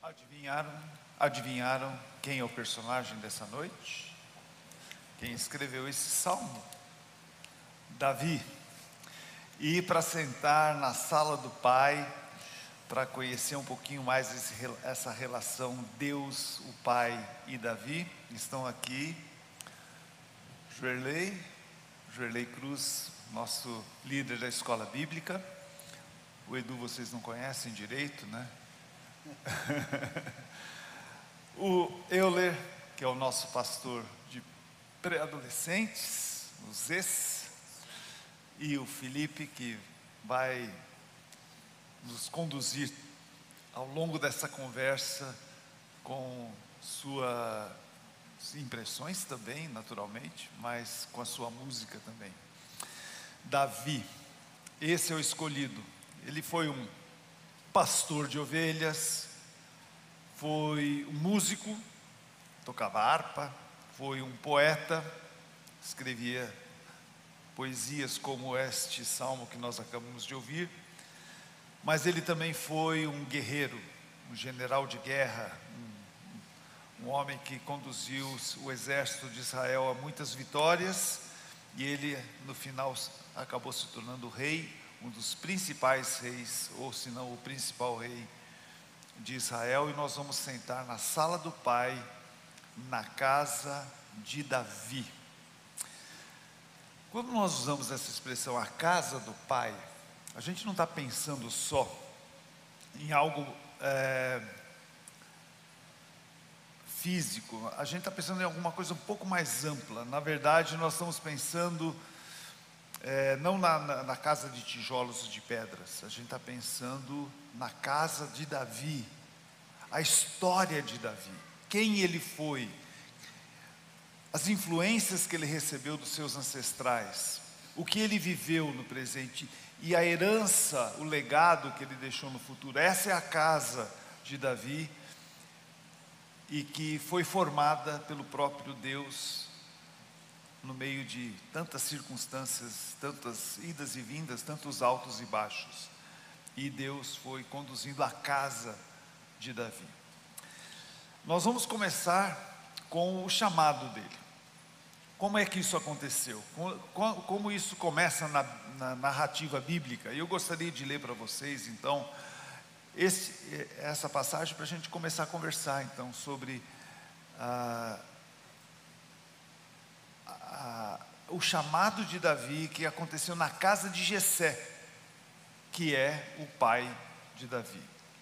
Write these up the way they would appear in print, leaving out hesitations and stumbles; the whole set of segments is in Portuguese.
Adivinharam quem é o personagem dessa noite? Quem escreveu esse salmo? Davi. E para sentar na sala do Pai, para conhecer um pouquinho mais essa relação Deus, o Pai e Davi, estão aqui Joerley Cruz, nosso líder da escola bíblica. O Edu vocês não conhecem direito, né? O Euler, que é o nosso pastor de pré-adolescentes, os ex, e o Felipe, que vai nos conduzir ao longo dessa conversa com suas impressões também, naturalmente, mas com a sua música também. Davi, esse é o escolhido. Ele foi um pastor de ovelhas, foi um músico, tocava harpa, foi um poeta, escrevia poesias como este salmo que nós acabamos de ouvir, mas ele também foi um guerreiro, um general de guerra, um homem que conduziu o exército de Israel a muitas vitórias, e ele no final acabou se tornando rei, um dos principais reis, ou se não o principal rei de Israel. E nós vamos sentar na sala do Pai, na casa de Davi. Quando nós usamos essa expressão, a casa do Pai, a gente não está pensando só em algo físico, a gente está pensando em alguma coisa um pouco mais ampla. Na verdade, nós estamos pensando não na casa de tijolos e de pedras, a gente está pensando na casa de Davi, a história de Davi, quem ele foi, as influências que ele recebeu dos seus ancestrais, o que ele viveu no presente e a herança, o legado que ele deixou no futuro. Essa é a casa de Davi, e que foi formada pelo próprio Deus no meio de tantas circunstâncias, tantas idas e vindas, tantos altos e baixos, e Deus foi conduzindo a casa de Davi. Nós vamos começar com o chamado dele. Como é que isso aconteceu? Como isso começa na narrativa bíblica? E eu gostaria de ler para vocês, então, essa passagem, para a gente começar a conversar, então, sobre o chamado de Davi, que aconteceu na casa de Jessé, que é o pai de Davi.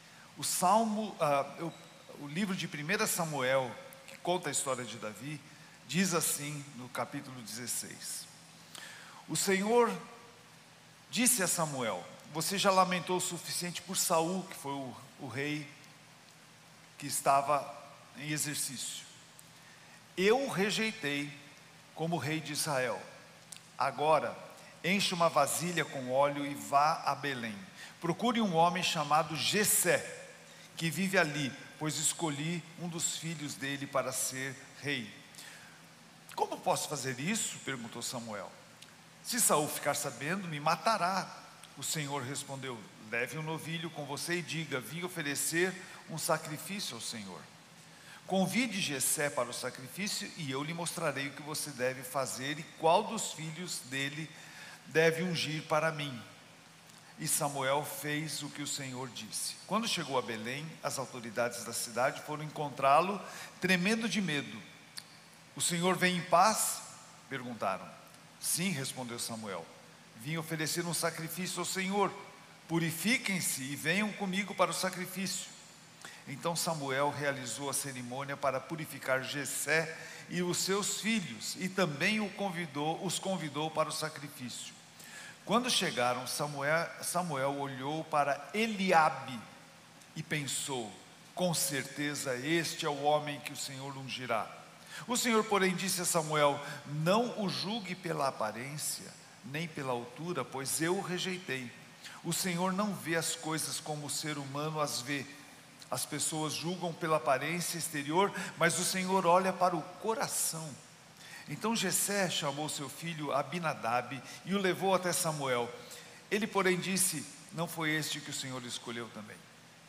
O livro de 1 Samuel, que conta a história de Davi, diz assim no capítulo 16: O Senhor disse a Samuel: você já lamentou o suficiente por Saul, que foi o rei que estava em exercício. Eu o rejeitei como rei de Israel. Agora, enche uma vasilha com óleo e vá a Belém. Procure um homem chamado Jessé, que vive ali, pois escolhi um dos filhos dele para ser rei. Como posso fazer isso? Perguntou Samuel. Se Saul ficar sabendo, me matará. O Senhor respondeu: leve um novilho com você e diga: vim oferecer um sacrifício ao Senhor. Convide Jessé para o sacrifício e eu lhe mostrarei o que você deve fazer e qual dos filhos dele deve ungir para mim. E Samuel fez o que o Senhor disse. Quando chegou a Belém, as autoridades da cidade foram encontrá-lo, tremendo de medo. O Senhor vem em paz? Perguntaram. Sim, respondeu Samuel. Vim oferecer um sacrifício ao Senhor. Purifiquem-se e venham comigo para o sacrifício. Então Samuel realizou a cerimônia para purificar Jessé e os seus filhos, e também os convidou para o sacrifício. Quando chegaram, Samuel olhou para Eliabe e pensou: com certeza este é o homem que o Senhor ungirá. O Senhor, porém, disse a Samuel: não o julgue pela aparência, nem pela altura, pois eu o rejeitei. O Senhor não vê as coisas como o ser humano as vê. As pessoas julgam pela aparência exterior, mas o Senhor olha para o coração. Então Jessé chamou seu filho Abinadab e o levou até Samuel. Ele, porém, disse: não foi este que o Senhor escolheu também.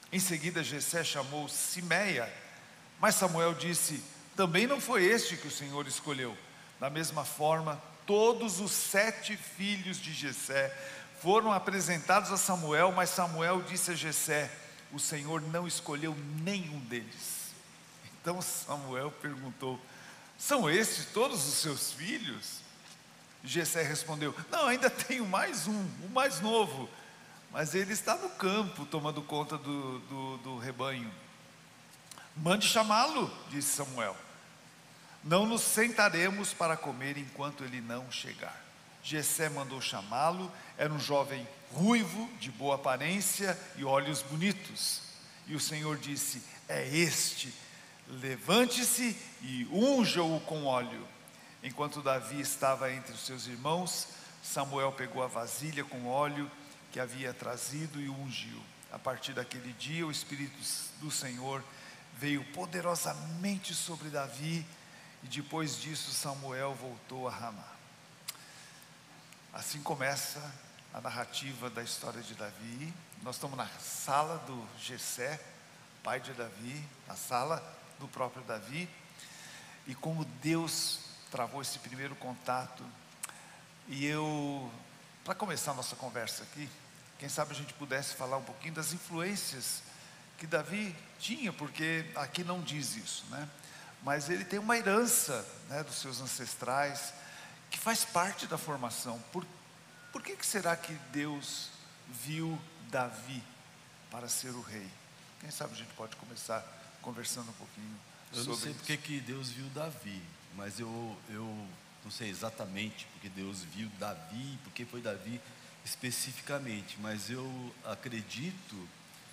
Em seguida Jessé chamou Simeia, mas Samuel disse: também não foi este que o Senhor escolheu. Da mesma forma, todos os 7 filhos de Jessé foram apresentados a Samuel, mas Samuel disse a Jessé: o Senhor não escolheu nenhum deles. Então Samuel perguntou: são estes todos os seus filhos? Jessé respondeu: não, ainda tenho mais um, o mais novo, mas ele está no campo tomando conta do rebanho. Mande chamá-lo, disse Samuel. Não nos sentaremos para comer enquanto ele não chegar. Jessé mandou chamá-lo. Era um jovem ruivo, de boa aparência e olhos bonitos. E o Senhor disse: é este, levante-se e unja-o com óleo. Enquanto Davi estava entre os seus irmãos, Samuel pegou a vasilha com óleo que havia trazido e o ungiu. A partir daquele dia, o Espírito do Senhor veio poderosamente sobre Davi, e depois disso Samuel voltou a Ramá. Assim começa a narrativa da história de Davi. Nós estamos na sala do Jessé, pai de Davi, na sala do próprio Davi, e como Deus travou esse primeiro contato. E para começar a nossa conversa aqui, quem sabe a gente pudesse falar um pouquinho das influências que Davi tinha, porque aqui não diz isso, né? Mas ele tem uma herança, né, dos seus ancestrais, que faz parte da formação. Por que será que Deus viu Davi para ser o rei? Quem sabe a gente pode começar conversando um pouquinho sobre isso. Eu não sei porque que Deus viu Davi, mas eu não sei exatamente porque Deus viu Davi, porque foi Davi especificamente, mas eu acredito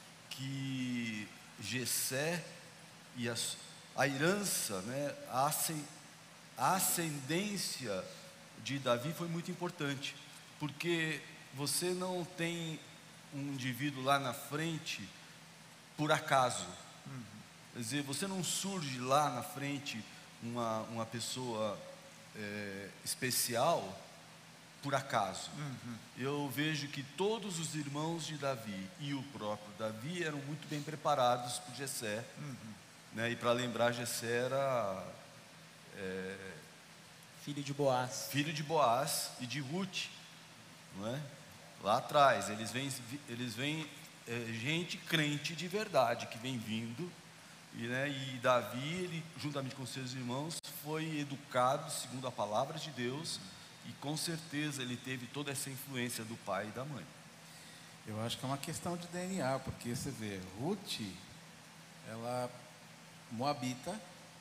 que Jessé e a herança, né, a ascendência de Davi foi muito importante, porque você não tem um indivíduo lá na frente por acaso. Quer dizer, você não surge lá na frente uma pessoa especial por acaso. Eu vejo que todos os irmãos de Davi e o próprio Davi eram muito bem preparados por Jessé, né? E para lembrar, Jessé era filho de Boaz. Filho de Boaz e de Ruth, não é? Lá atrás, eles vêm gente crente de verdade que vem vindo, e Davi, ele, juntamente com seus irmãos, foi educado segundo a palavra de Deus, e com certeza ele teve toda essa influência do pai e da mãe. Eu acho que é uma questão de DNA, porque você vê, Ruth, ela moabita,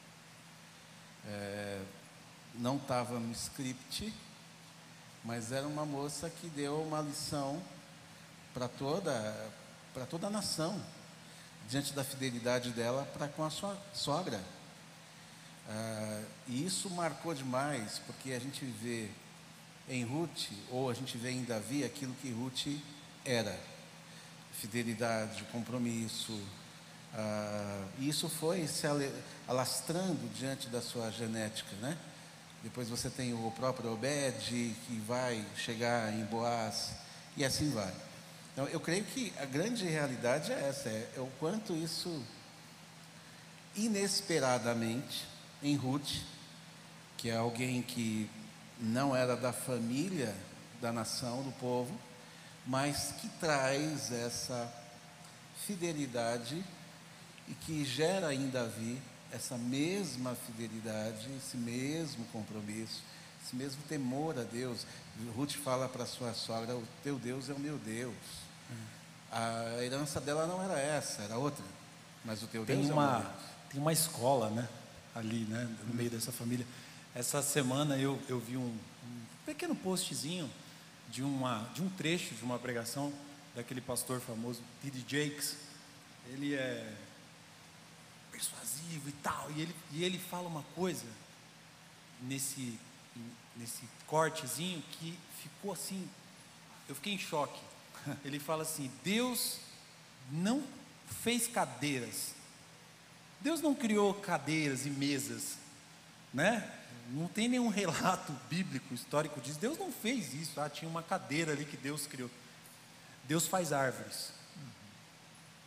não estava no script, mas era uma moça que deu uma lição para toda a nação, diante da fidelidade dela para com a sua sogra. E isso marcou demais, porque a gente vê em Ruth, ou a gente vê em Davi, aquilo que Ruth era: fidelidade, compromisso. E isso foi se alastrando diante da sua genética, né? Depois você tem o próprio Obed, que vai chegar em Boaz, e assim vai. Então eu creio que a grande realidade é essa, é o quanto isso, inesperadamente, em Ruth, que é alguém que não era da família, da nação, do povo, mas que traz essa fidelidade e que gera em Davi essa mesma fidelidade, esse mesmo compromisso, esse mesmo temor a Deus. Ruth fala para sua sogra: o teu Deus é o meu Deus. A herança dela não era essa, era outra, mas o teu Deus é o meu Deus. Tem uma escola, né, ali, né, no meio dessa família. Essa semana eu vi um pequeno postzinho de um trecho de uma pregação daquele pastor famoso, T.D. Jakes. Ele é persuasivo e tal, e ele fala uma coisa nesse cortezinho que ficou assim, eu fiquei em choque. Ele fala assim: Deus não fez cadeiras, Deus não criou cadeiras e mesas, né? Não tem nenhum relato bíblico, histórico disso. Deus não fez isso. Tinha uma cadeira ali que Deus criou. Deus faz árvores.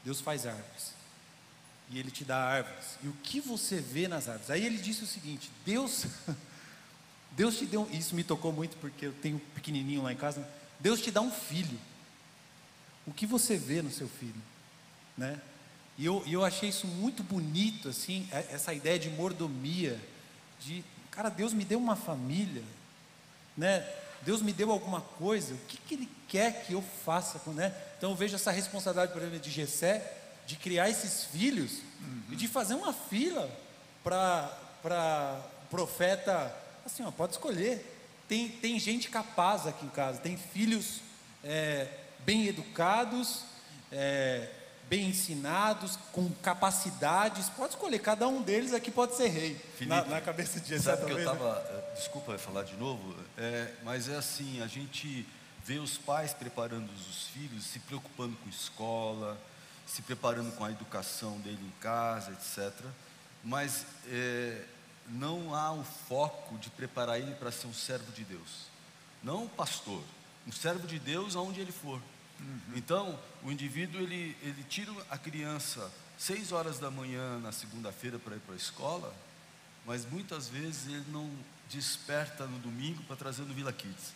Deus faz árvores. E Ele te dá árvores. E o que você vê nas árvores? Aí ele disse o seguinte: Deus te deu, isso me tocou muito porque eu tenho um pequenininho lá em casa. Deus te dá um filho. O que você vê no seu filho, né? E eu achei isso muito bonito, assim, essa ideia de mordomia, cara, Deus me deu uma família, né? Deus me deu alguma coisa, o que Ele quer que eu faça, né? Então eu vejo essa responsabilidade, por exemplo, de Jessé, de criar esses filhos, e de fazer uma fila para profeta, assim, ó, pode escolher. Tem gente capaz aqui em casa, tem filhos bem educados, bem ensinados, com capacidades, pode escolher, cada um deles aqui pode ser rei. Felipe, na cabeça de Jessé, sabe que eu talvez, né? estava, desculpa falar de novo, mas é assim, a gente vê os pais preparando os filhos, se preocupando com escola, se preparando com a educação dele em casa, etc. Mas não há o foco de preparar ele para ser um servo de Deus, não um pastor, um servo de Deus aonde ele for. Então, o indivíduo, ele tira a criança 6 horas da manhã na segunda-feira para ir para a escola, mas muitas vezes ele não desperta no domingo para trazer no Vila Kids.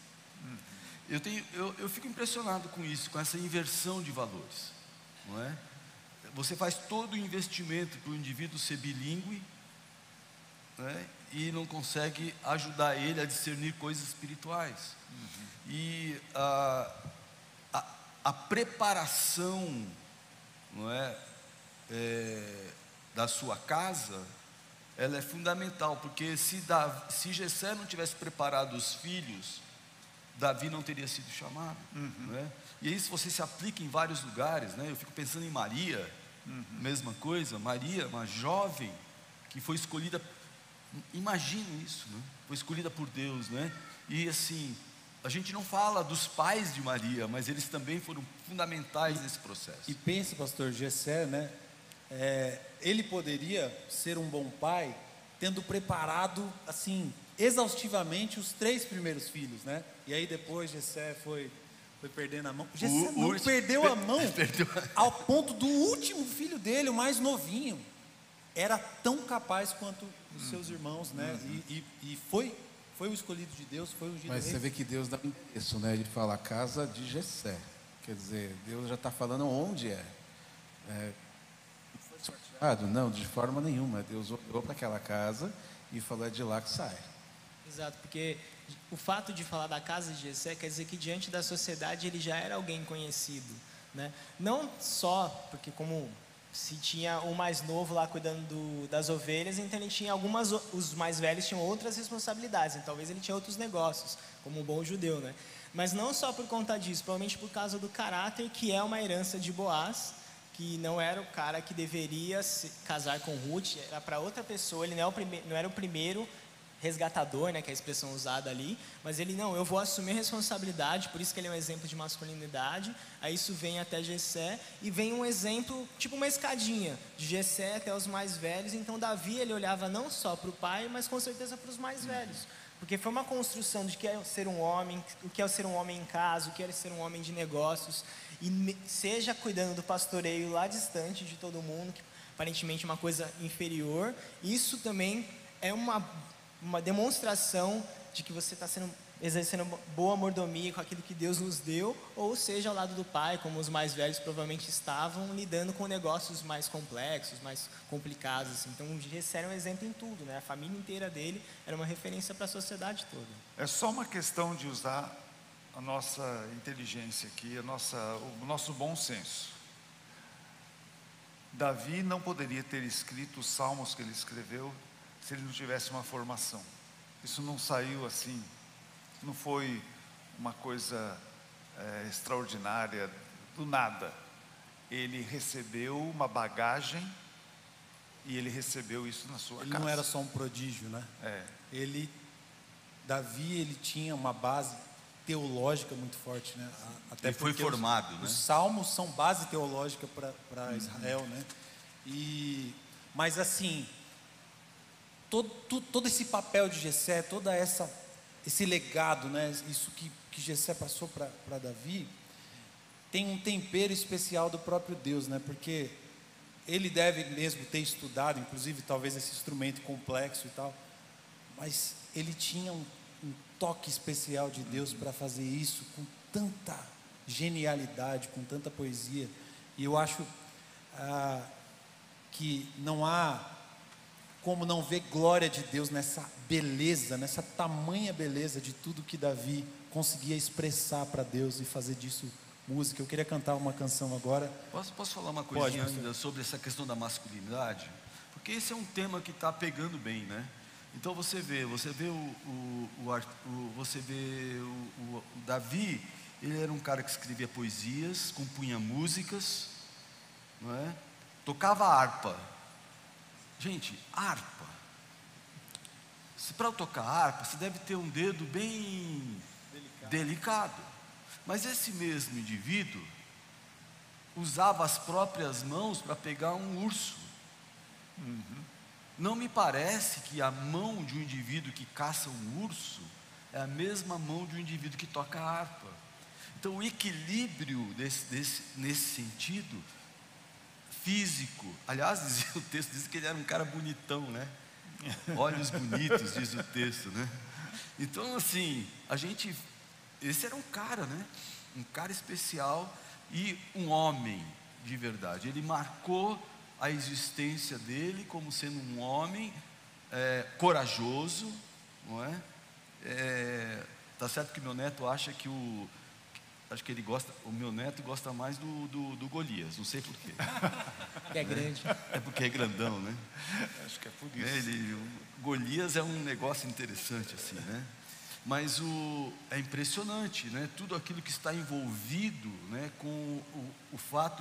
Eu fico impressionado com isso, com essa inversão de valores, não é? Você faz todo o investimento para o indivíduo ser bilíngue, né, e não consegue ajudar ele a discernir coisas espirituais. E a preparação, não é, da sua casa, ela é fundamental, porque se Jessé não tivesse preparado os filhos, Davi não teria sido chamado, não é? E isso você se aplica em vários lugares, né? Eu fico pensando em Maria, mesma coisa. Maria, uma jovem que foi escolhida, imagine isso, né? Foi escolhida por Deus, né? E assim, a gente não fala dos pais de Maria, mas eles também foram fundamentais nesse processo. E pense, pastor Jessé, né? Ele poderia ser um bom pai, tendo preparado, assim, exaustivamente os 3 primeiros filhos, né? E aí depois Jessé foi perdendo a mão. Jessé não perdeu a mão, ao ponto do último filho dele, o mais novinho, era tão capaz quanto os seus irmãos, né? E foi o escolhido de Deus, foi o ungido. Mas você vê que Deus dá isso, né? Ele fala a casa de Jessé. Quer dizer, Deus já está falando onde é. Foi sorteado? Não, de forma nenhuma. Deus olhou para aquela casa e falou: é de lá que sai. Exato, porque o fato de falar da casa de Jessé quer dizer que diante da sociedade ele já era alguém conhecido, né? Não só porque, como se tinha o mais novo lá cuidando das ovelhas, então ele tinha os mais velhos tinham outras responsabilidades, então talvez ele tinha outros negócios, como um bom judeu, né? Mas não só por conta disso, provavelmente por causa do caráter, que é uma herança de Boaz, que não era o cara que deveria se casar com Ruth, era para outra pessoa, ele não era o primeiro resgatador, né, que é a expressão usada ali, mas ele, não, eu vou assumir a responsabilidade, por isso que ele é um exemplo de masculinidade. Aí isso vem até Jessé, e vem um exemplo, tipo uma escadinha, de Jessé até os mais velhos. Então Davi, ele olhava não só para o pai, mas com certeza para os mais velhos, porque foi uma construção de que é ser um homem, o que é ser um homem em casa, o que é ser um homem de negócios, e seja cuidando do pastoreio lá distante de todo mundo, que aparentemente é uma coisa inferior. Isso também é uma demonstração de que você está exercendo boa mordomia com aquilo que Deus nos deu, ou seja, ao lado do pai, como os mais velhos provavelmente estavam, lidando com negócios mais complexos, mais complicados, assim. Então o Jessé era um exemplo em tudo, né? A família inteira dele era uma referência para a sociedade toda. É só uma questão de usar a nossa inteligência aqui, o nosso bom senso. Davi não poderia ter escrito os salmos que ele escreveu se ele não tivesse uma formação. Isso não saiu assim, não foi uma coisa extraordinária, do nada. Ele recebeu uma bagagem e ele recebeu isso na sua casa. Ele não era só um prodígio, né? Davi, ele tinha uma base teológica muito forte, né? Até ele foi formado, os salmos são base teológica para Israel, né? Mas assim, todo esse papel de Jessé, toda esse legado, né? Isso que Jessé passou para Davi, tem um tempero especial do próprio Deus, né? Porque ele deve mesmo ter estudado, inclusive talvez esse instrumento complexo e tal, mas ele tinha um toque especial de Deus para fazer isso com tanta genialidade, com tanta poesia. E eu acho que não há como não ver glória de Deus nessa beleza, nessa tamanha beleza de tudo que Davi conseguia expressar para Deus e fazer disso música. Eu queria cantar uma canção agora. Posso falar uma coisinha Pode, ainda sobre essa questão da masculinidade? Porque esse é um tema que está pegando bem, né? Então você vê o Davi, ele era um cara que escrevia poesias, compunha músicas, não é? Tocava harpa. Gente, harpa. Se para tocar harpa, você deve ter um dedo bem delicado. Mas esse mesmo indivíduo usava as próprias mãos para pegar um urso. Não me parece que a mão de um indivíduo que caça um urso é a mesma mão de um indivíduo que toca harpa. Então o equilíbrio nesse sentido físico, aliás, o texto diz que ele era um cara bonitão, né? Olhos bonitos, diz o texto, né? Então assim, esse era um cara, né? Um cara especial e um homem de verdade. Ele marcou a existência dele como sendo um homem corajoso, não é? Tá certo que meu neto acha que acho que o meu neto gosta mais do Golias, não sei porquê. Que é grande. É porque é grandão, né? Acho que é por isso. O Golias é um negócio interessante assim, né? Mas é impressionante, né? Tudo aquilo que está envolvido, né? Com o fato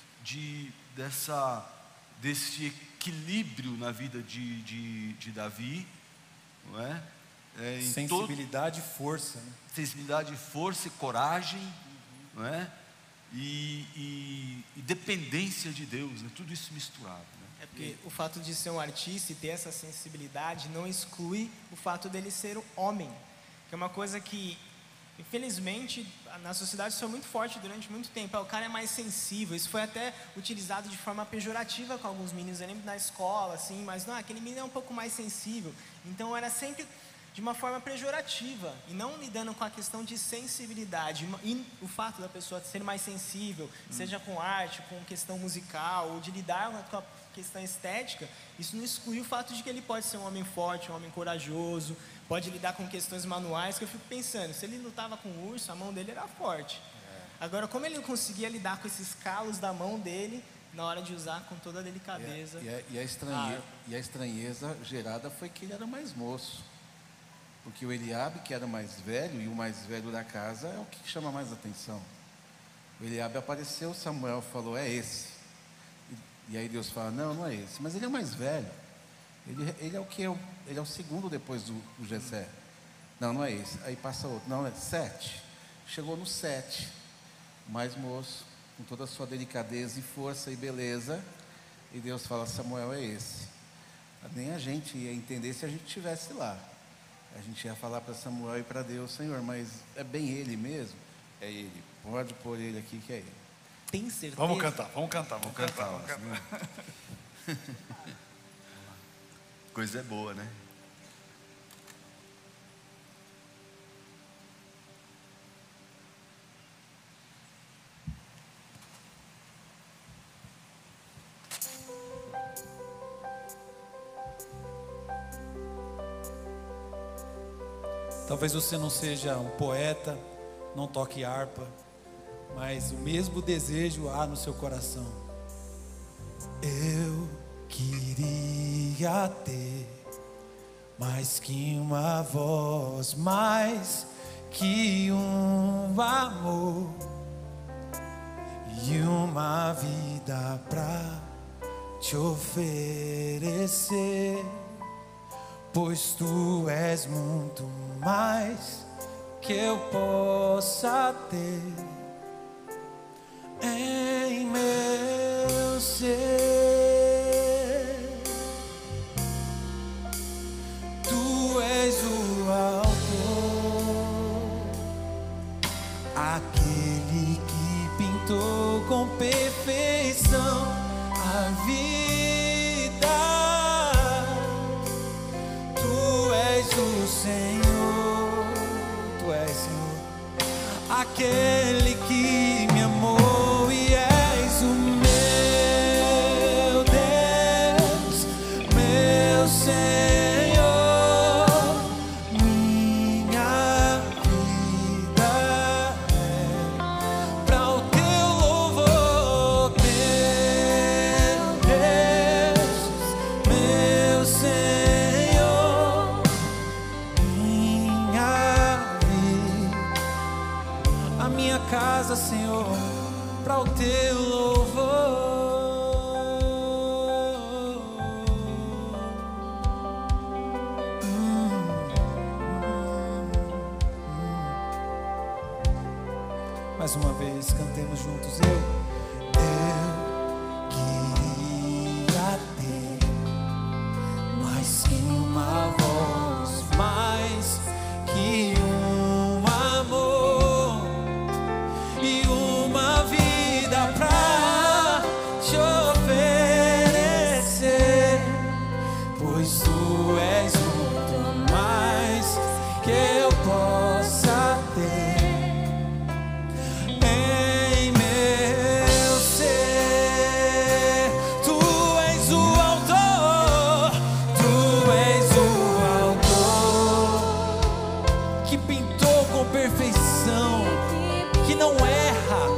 desse equilíbrio na vida de Davi, não é? Sensibilidade e força, né? Sensibilidade, força e coragem, não é? E dependência de Deus, né? Tudo isso misturado, né? É porque o fato de ser um artista e ter essa sensibilidade não exclui o fato dele ser um homem, que é uma coisa que, infelizmente, na sociedade isso é muito forte durante muito tempo. O cara é mais sensível. Isso foi até utilizado de forma pejorativa com alguns meninos. Eu lembro na escola, assim, mas não, aquele menino é um pouco mais sensível. Então era sempre de uma forma pejorativa e não lidando com a questão de sensibilidade. E o fato da pessoa ser mais sensível, seja com arte, com questão musical, ou de lidar com a questão estética, isso não exclui o fato de que ele pode ser um homem forte, um homem corajoso, pode lidar com questões manuais, que eu fico pensando, se ele lutava com o urso, a mão dele era forte. Agora, como ele conseguia lidar com esses calos da mão dele, na hora de usar com toda a delicadeza. E a estranheza gerada foi que ele era mais moço. Porque o Eliabe, que era mais velho, e o mais velho da casa, é o que chama mais atenção. O Eliabe apareceu, Samuel falou, é esse. E aí Deus fala, não é esse. Mas ele é mais velho. Ele é o que? Ele é o segundo depois do Jessé. Não é esse. Aí passa outro. Não, é 7. Chegou no 7. Mais moço, com toda a sua delicadeza e força e beleza. E Deus fala, Samuel é esse. Nem a gente ia entender se a gente estivesse lá. A gente ia falar para Samuel e para Deus, Senhor, mas é bem ele mesmo? É ele. Pode pôr ele aqui que é ele. Tem certeza? Vamos cantar. Coisa é boa, né? Talvez você não seja um poeta, não toque harpa, mas o mesmo desejo há no seu coração. Eu queria ter mais que uma voz, mais que um amor e uma vida pra te oferecer. Pois tu és muito mais que eu possa ter em meu ser. Tu és o autor, aquele que pintou vida. Tu és o Senhor, tu és, Senhor, aquele que me amou e és o meu Deus, meu Senhor, minha vida é para o teu louvor, meu Deus, meu Senhor, minha vida, a minha casa, Senhor, para o teu louvor. Mais uma vez, cantemos juntos. Eu queria ter mais que uma voz, mais que um amor e uma vida pra te oferecer, pois tu és muito mais que eu possa ter em meu ser. Tu és o autor, tu és o autor que pintou com perfeição, que não erra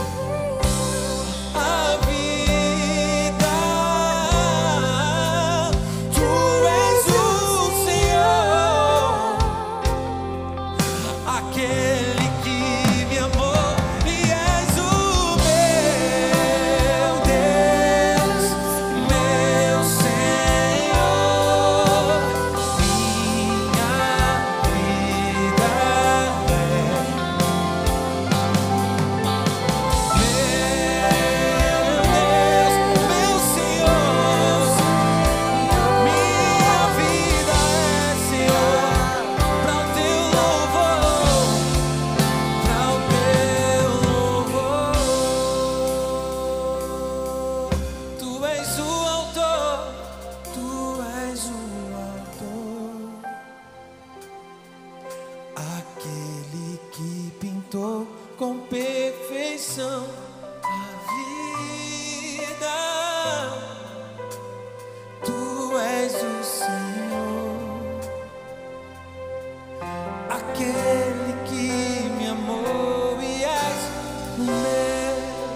a vida. Tu és o Senhor, aquele que me amou e és o meu Deus, meu Senhor, minha vida é meu Deus, meu Senhor, minha vida é, Senhor, para o teu louvor, para o teu louvor. Tu és o autor, tu és o autor, aquele que pintou com perfeição a vida. Tu és o Senhor, aquele que me amou e és o meu.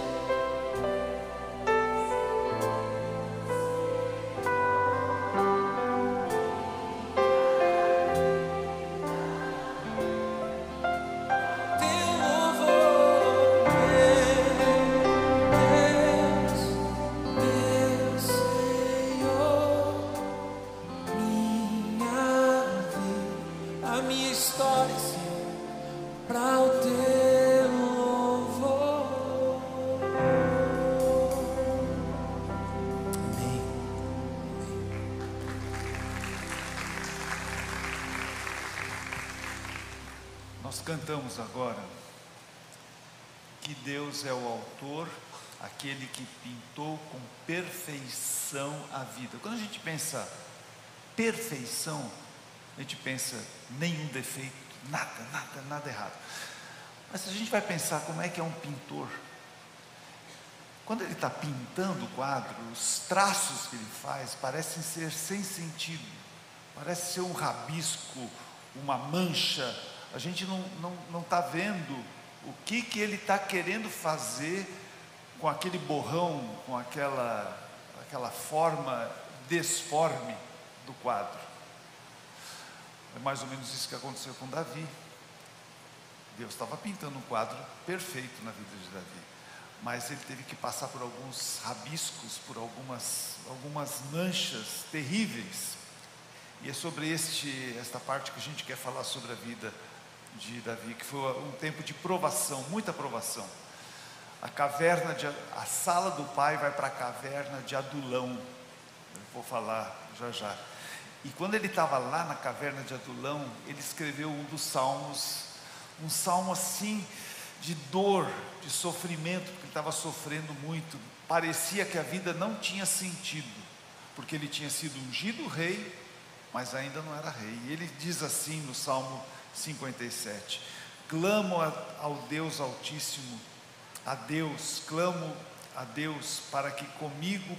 Teu louvor, Deus, meu Senhor, minha vida, a minha história, Senhor, para o teu louvor. Amém. Nós cantamos agora que Deus é o autor, aquele que pintou com perfeição a vida. Quando a gente pensa perfeição, a gente pensa nenhum defeito, nada errado. Mas se a gente vai pensar como é que é um pintor, quando ele está pintando o quadro, os traços que ele faz parecem ser sem sentido, parece ser um rabisco, uma mancha. A gente não está vendo o que ele está querendo fazer com aquele borrão, com aquela forma desforme do quadro. É mais ou menos isso que aconteceu com Davi. Deus estava pintando um quadro perfeito na vida de Davi, mas ele teve que passar por alguns rabiscos, por algumas manchas terríveis. E é sobre esta parte que a gente quer falar sobre a vida de Davi, que foi um tempo de provação, muita provação. A sala do pai vai para a caverna de Adulão. Eu vou falar já. E quando ele estava lá na caverna de Adulão, ele escreveu um dos salmos, um salmo assim de dor, de sofrimento, porque ele estava sofrendo muito. parecia que a vida não tinha sentido, porque ele tinha sido ungido rei, mas ainda não era rei. E ele diz assim no Salmo 57: clamo ao Deus Altíssimo, a Deus, clamo a Deus para que comigo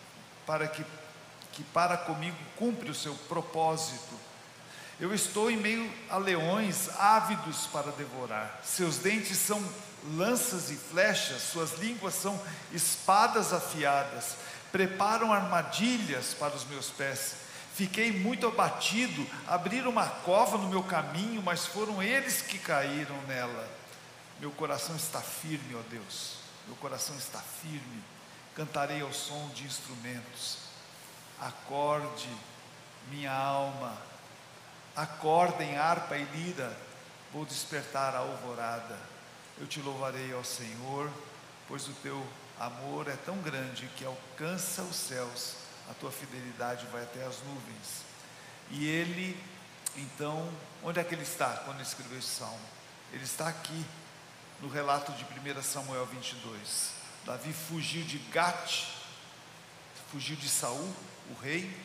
cumpre o seu propósito. Eu estou em meio a leões ávidos para devorar. Seus dentes são lanças e flechas, suas línguas são espadas afiadas. Preparam armadilhas para os meus pés. Fiquei muito abatido, abriram uma cova no meu caminho, mas foram eles que caíram nela. Meu coração está firme, ó Deus, meu coração está firme. Cantarei ao som de instrumentos. Acorde, minha alma, acordem harpa e lira, vou despertar a alvorada. Eu te louvarei, ó Senhor, pois o teu amor é tão grande que alcança os céus, a tua fidelidade vai até as nuvens. E ele, então, onde é que ele está quando ele escreveu esse salmo? Ele está aqui, no relato de 1 Samuel 22. Davi fugiu de Gate, fugiu de Saul, o rei,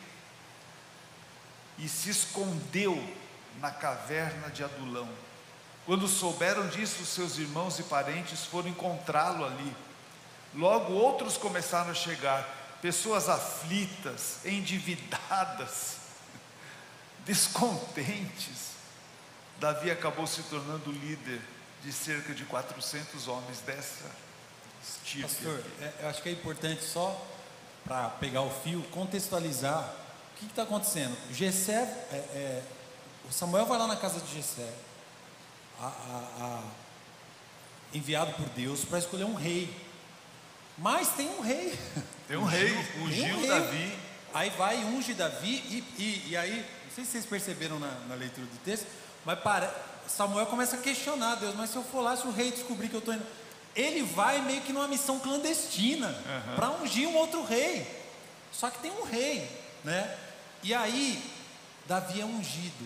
e se escondeu na caverna de Adulão. Quando souberam disso, seus irmãos e parentes foram encontrá-lo ali. Logo outros começaram a chegar, pessoas aflitas, endividadas, descontentes. Davi acabou se tornando líder de cerca de 400 homens dessa estirpe. Pastor, eu acho que é importante, só para pegar o fio, contextualizar o que está acontecendo. Jessé, o Samuel vai lá na casa de Jessé, enviado por Deus para escolher um rei. Mas tem um rei. Tem um rei, ungiu Davi. Aí vai, unge Davi, e aí, não sei se vocês perceberam na leitura do texto, mas Samuel começa a questionar Deus: mas se eu for lá, se o rei descobrir que eu estou indo. Ele vai meio que numa missão clandestina, para ungir um outro rei. Só que tem um rei, né? E aí, Davi é ungido.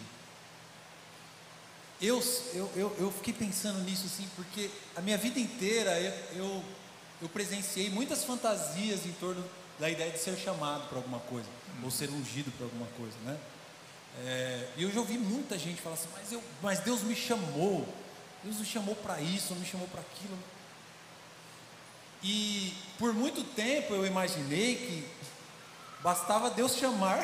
Eu fiquei pensando nisso assim, porque a minha vida inteira eu presenciei muitas fantasias em torno da ideia de ser chamado para alguma coisa, ou ser ungido para alguma coisa, né? E eu já ouvi muita gente falar assim: mas Deus me chamou para isso, me chamou para aquilo. E por muito tempo eu imaginei que bastava Deus chamar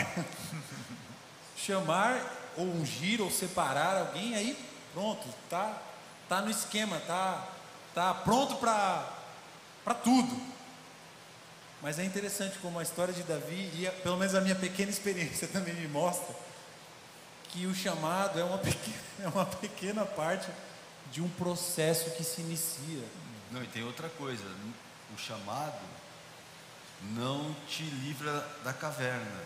ou ungir ou separar alguém, aí pronto, tá no esquema, tá pronto para tudo. Mas é interessante como a história de Davi, e pelo menos a minha pequena experiência também me mostra, que o chamado é uma pequena parte de um processo que se inicia. Não, e tem outra coisa, o chamado não te livra da caverna.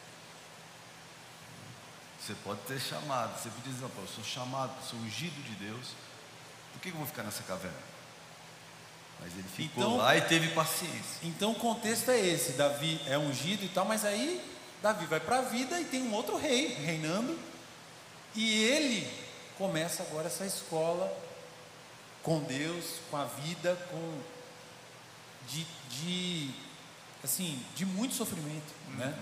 Você pode ter chamado, você pode dizer: não, eu sou chamado, sou ungido de Deus, por que eu vou ficar nessa caverna? Mas ele ficou lá e teve paciência. Então o contexto é esse: Davi é ungido e tal, mas aí Davi vai para a vida e tem um outro rei reinando, e ele começa agora essa escola com Deus, com a vida, de muito sofrimento, né?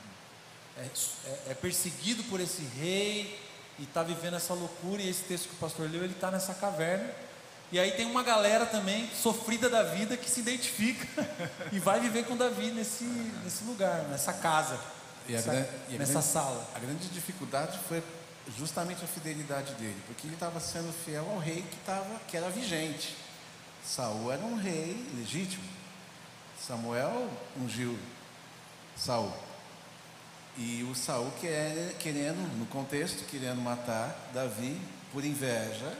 É perseguido por esse rei e está vivendo essa loucura. E esse texto que o pastor leu, ele está nessa caverna. E aí tem uma galera também sofrida da vida que se identifica e vai viver com Davi nesse lugar, nessa casa, nessa sala. A grande dificuldade foi justamente a fidelidade dele, porque ele estava sendo fiel ao rei que era vigente. Saul era um rei legítimo. Samuel ungiu Saul. E o Saul querendo, no contexto, querendo matar Davi por inveja.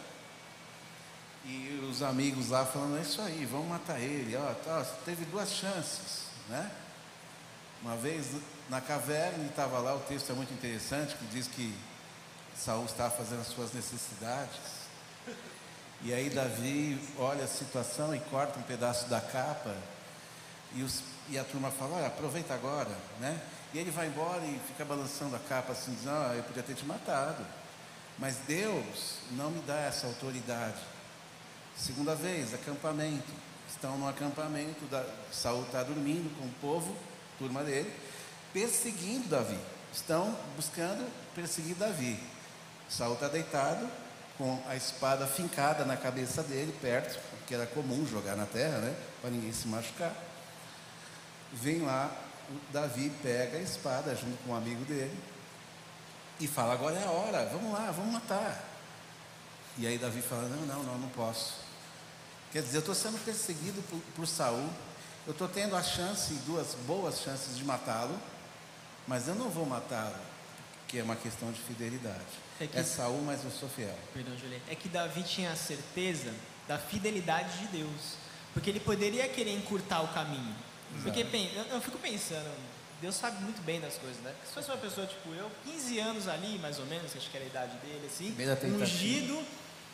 E os amigos lá falando: é isso aí, vamos matar ele. Teve duas chances, né? Uma vez na caverna, ele estava lá, o texto é muito interessante, que diz que Saul estava fazendo as suas necessidades. E aí Davi olha a situação e corta um pedaço da capa. E a turma fala: olha, aproveita agora, né? E ele vai embora e fica balançando a capa assim, dizendo: eu podia ter te matado, mas Deus não me dá essa autoridade. Segunda vez, acampamento. estão no acampamento, Saul está dormindo com o povo, turma dele, perseguindo Davi. Estão buscando perseguir Davi. Saul está deitado, com a espada fincada na cabeça dele, perto, porque era comum jogar na terra, né? Para ninguém se machucar. Vem lá, o Davi pega a espada junto com um amigo dele e fala: agora é a hora, vamos lá, vamos matar. E aí Davi fala: não posso. Quer dizer, eu estou sendo perseguido por Saul, eu estou tendo a chance, 2 boas chances de matá-lo, mas eu não vou matá-lo, que é uma questão de fidelidade. É Saul, mas eu sou fiel. Perdão, Juliette. É que Davi tinha a certeza da fidelidade de Deus, porque ele poderia querer encurtar o caminho. Porque eu fico pensando, Deus sabe muito bem das coisas, né? Se fosse uma pessoa tipo eu, 15 anos ali, mais ou menos, acho que era a idade dele, assim, ungido,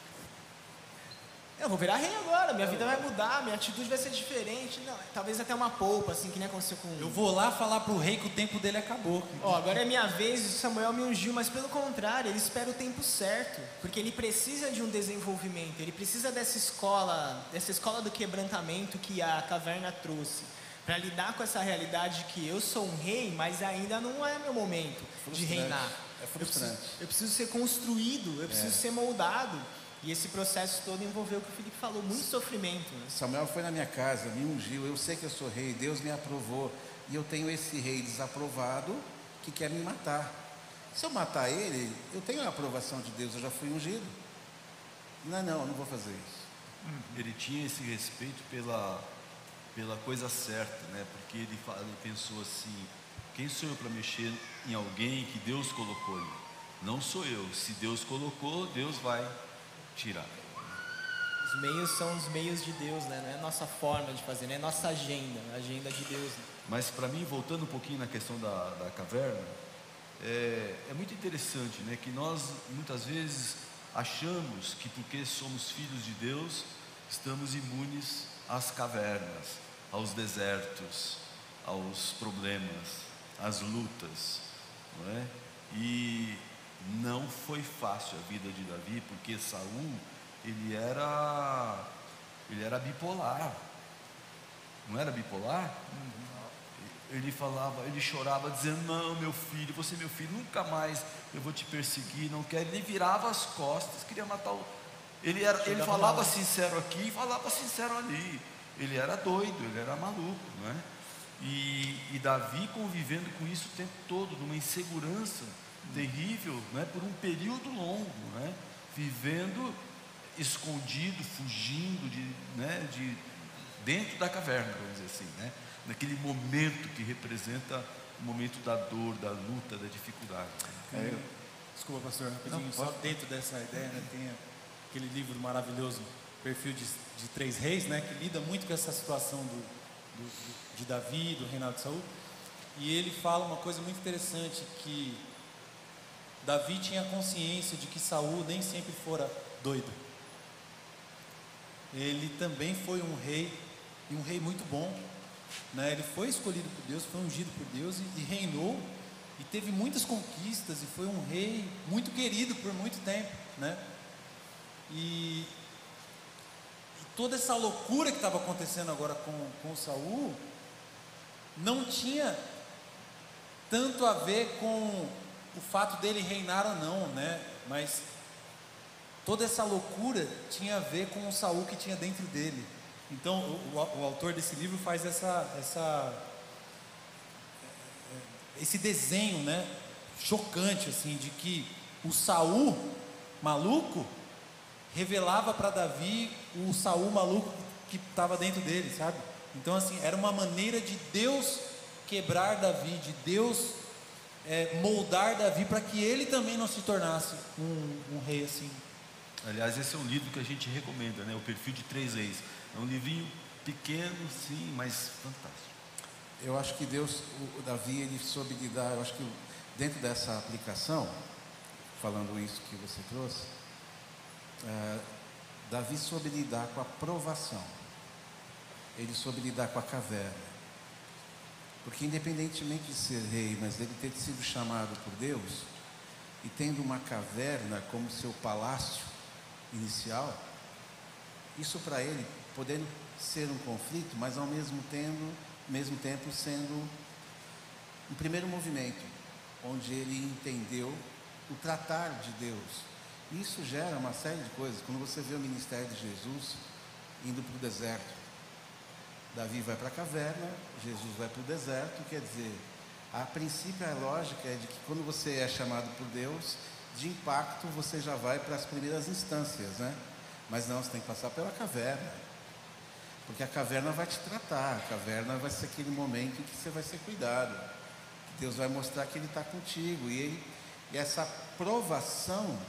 eu vou virar rei agora, minha vida vai mudar, minha atitude vai ser diferente. Não, talvez até uma polpa, assim, que nem aconteceu com... Eu vou lá falar pro rei que o tempo dele acabou. Agora é minha vez, Samuel me ungiu, mas pelo contrário, ele espera o tempo certo, porque ele precisa de um desenvolvimento, ele precisa dessa escola do quebrantamento que a caverna trouxe, para lidar com essa realidade que eu sou um rei, mas ainda não é meu momento de reinar. É frustrante. Eu preciso ser construído, eu preciso ser moldado. E esse processo todo envolveu o que o Felipe falou, muito sofrimento. Né? Samuel foi na minha casa, me ungiu, eu sei que eu sou rei, Deus me aprovou, e eu tenho esse rei desaprovado que quer me matar. Se eu matar ele, eu tenho a aprovação de Deus, eu já fui ungido. Não, eu não vou fazer isso. Ele tinha esse respeito pela coisa certa, né? Porque ele pensou assim: quem sou eu para mexer em alguém que Deus colocou ali? Não sou eu. Se Deus colocou, Deus vai tirar. Os meios são os meios de Deus, né? Não é a nossa forma de fazer, não é a nossa agenda, a agenda de Deus. Né? Mas para mim, voltando um pouquinho na questão da caverna, é muito interessante, né? Que nós muitas vezes achamos que porque somos filhos de Deus, estamos imunes às cavernas, aos desertos, aos problemas, às lutas, não é? E não foi fácil a vida de Davi, porque Saul, ele era bipolar. Não era bipolar? Ele falava, ele chorava dizendo: não, meu filho, você é meu filho, nunca mais eu vou te perseguir, não quero. Ele virava as costas, queria matar o... Ele falava sincero aqui e falava sincero ali. Ele era doido, ele era maluco, não é? E Davi convivendo com isso o tempo todo, numa insegurança terrível, não é? Por um período longo, não é? Vivendo escondido, fugindo de dentro da caverna, vamos dizer assim, né? Naquele momento que representa o momento da dor, da luta, da dificuldade. Desculpa, pastor, rapidinho, só dentro dessa ideia, né, tem aquele livro maravilhoso, Perfil de Três Reis, né, que lida muito com essa situação de Davi, do reinado de Saul, e ele fala uma coisa muito interessante, que Davi tinha consciência de que Saul nem sempre fora doido. Ele também foi um rei, e um rei muito bom, né? Ele foi escolhido por Deus, foi ungido por Deus e reinou, e teve muitas conquistas, e foi um rei muito querido por muito tempo, né? E toda essa loucura que estava acontecendo agora com Saul não tinha tanto a ver com o fato dele reinar ou não, né? Mas toda essa loucura tinha a ver com o Saul que tinha dentro dele. Então o autor desse livro faz esse desenho, né, chocante assim, de que o Saul maluco revelava para Davi o Saul maluco que estava dentro dele, sabe? Então assim, era uma maneira de Deus quebrar Davi, de Deus moldar Davi para que ele também não se tornasse um rei assim. Aliás, esse é um livro que a gente recomenda, né? O Perfil de Três Reis. É um livrinho pequeno, sim, mas fantástico. Eu acho que o Davi, ele soube lidar, eu acho que dentro dessa aplicação, falando isso que você trouxe, Davi soube lidar com a provação, ele soube lidar com a caverna, porque independentemente de ser rei, mas ele ter sido chamado por Deus, e tendo uma caverna como seu palácio inicial, isso para ele podendo ser um conflito, mas ao mesmo tempo sendo um primeiro movimento, onde ele entendeu o tratar de Deus. Isso gera uma série de coisas. Quando você vê o ministério de Jesus indo para o deserto, Davi vai para a caverna, Jesus vai para o deserto, quer dizer, a princípio a lógica é de que quando você é chamado por Deus, de impacto você já vai para as primeiras instâncias, né? Mas não, você tem que passar pela caverna, porque a caverna vai te tratar, a caverna vai ser aquele momento em que você vai ser cuidado, Deus vai mostrar que Ele está contigo, e essa provação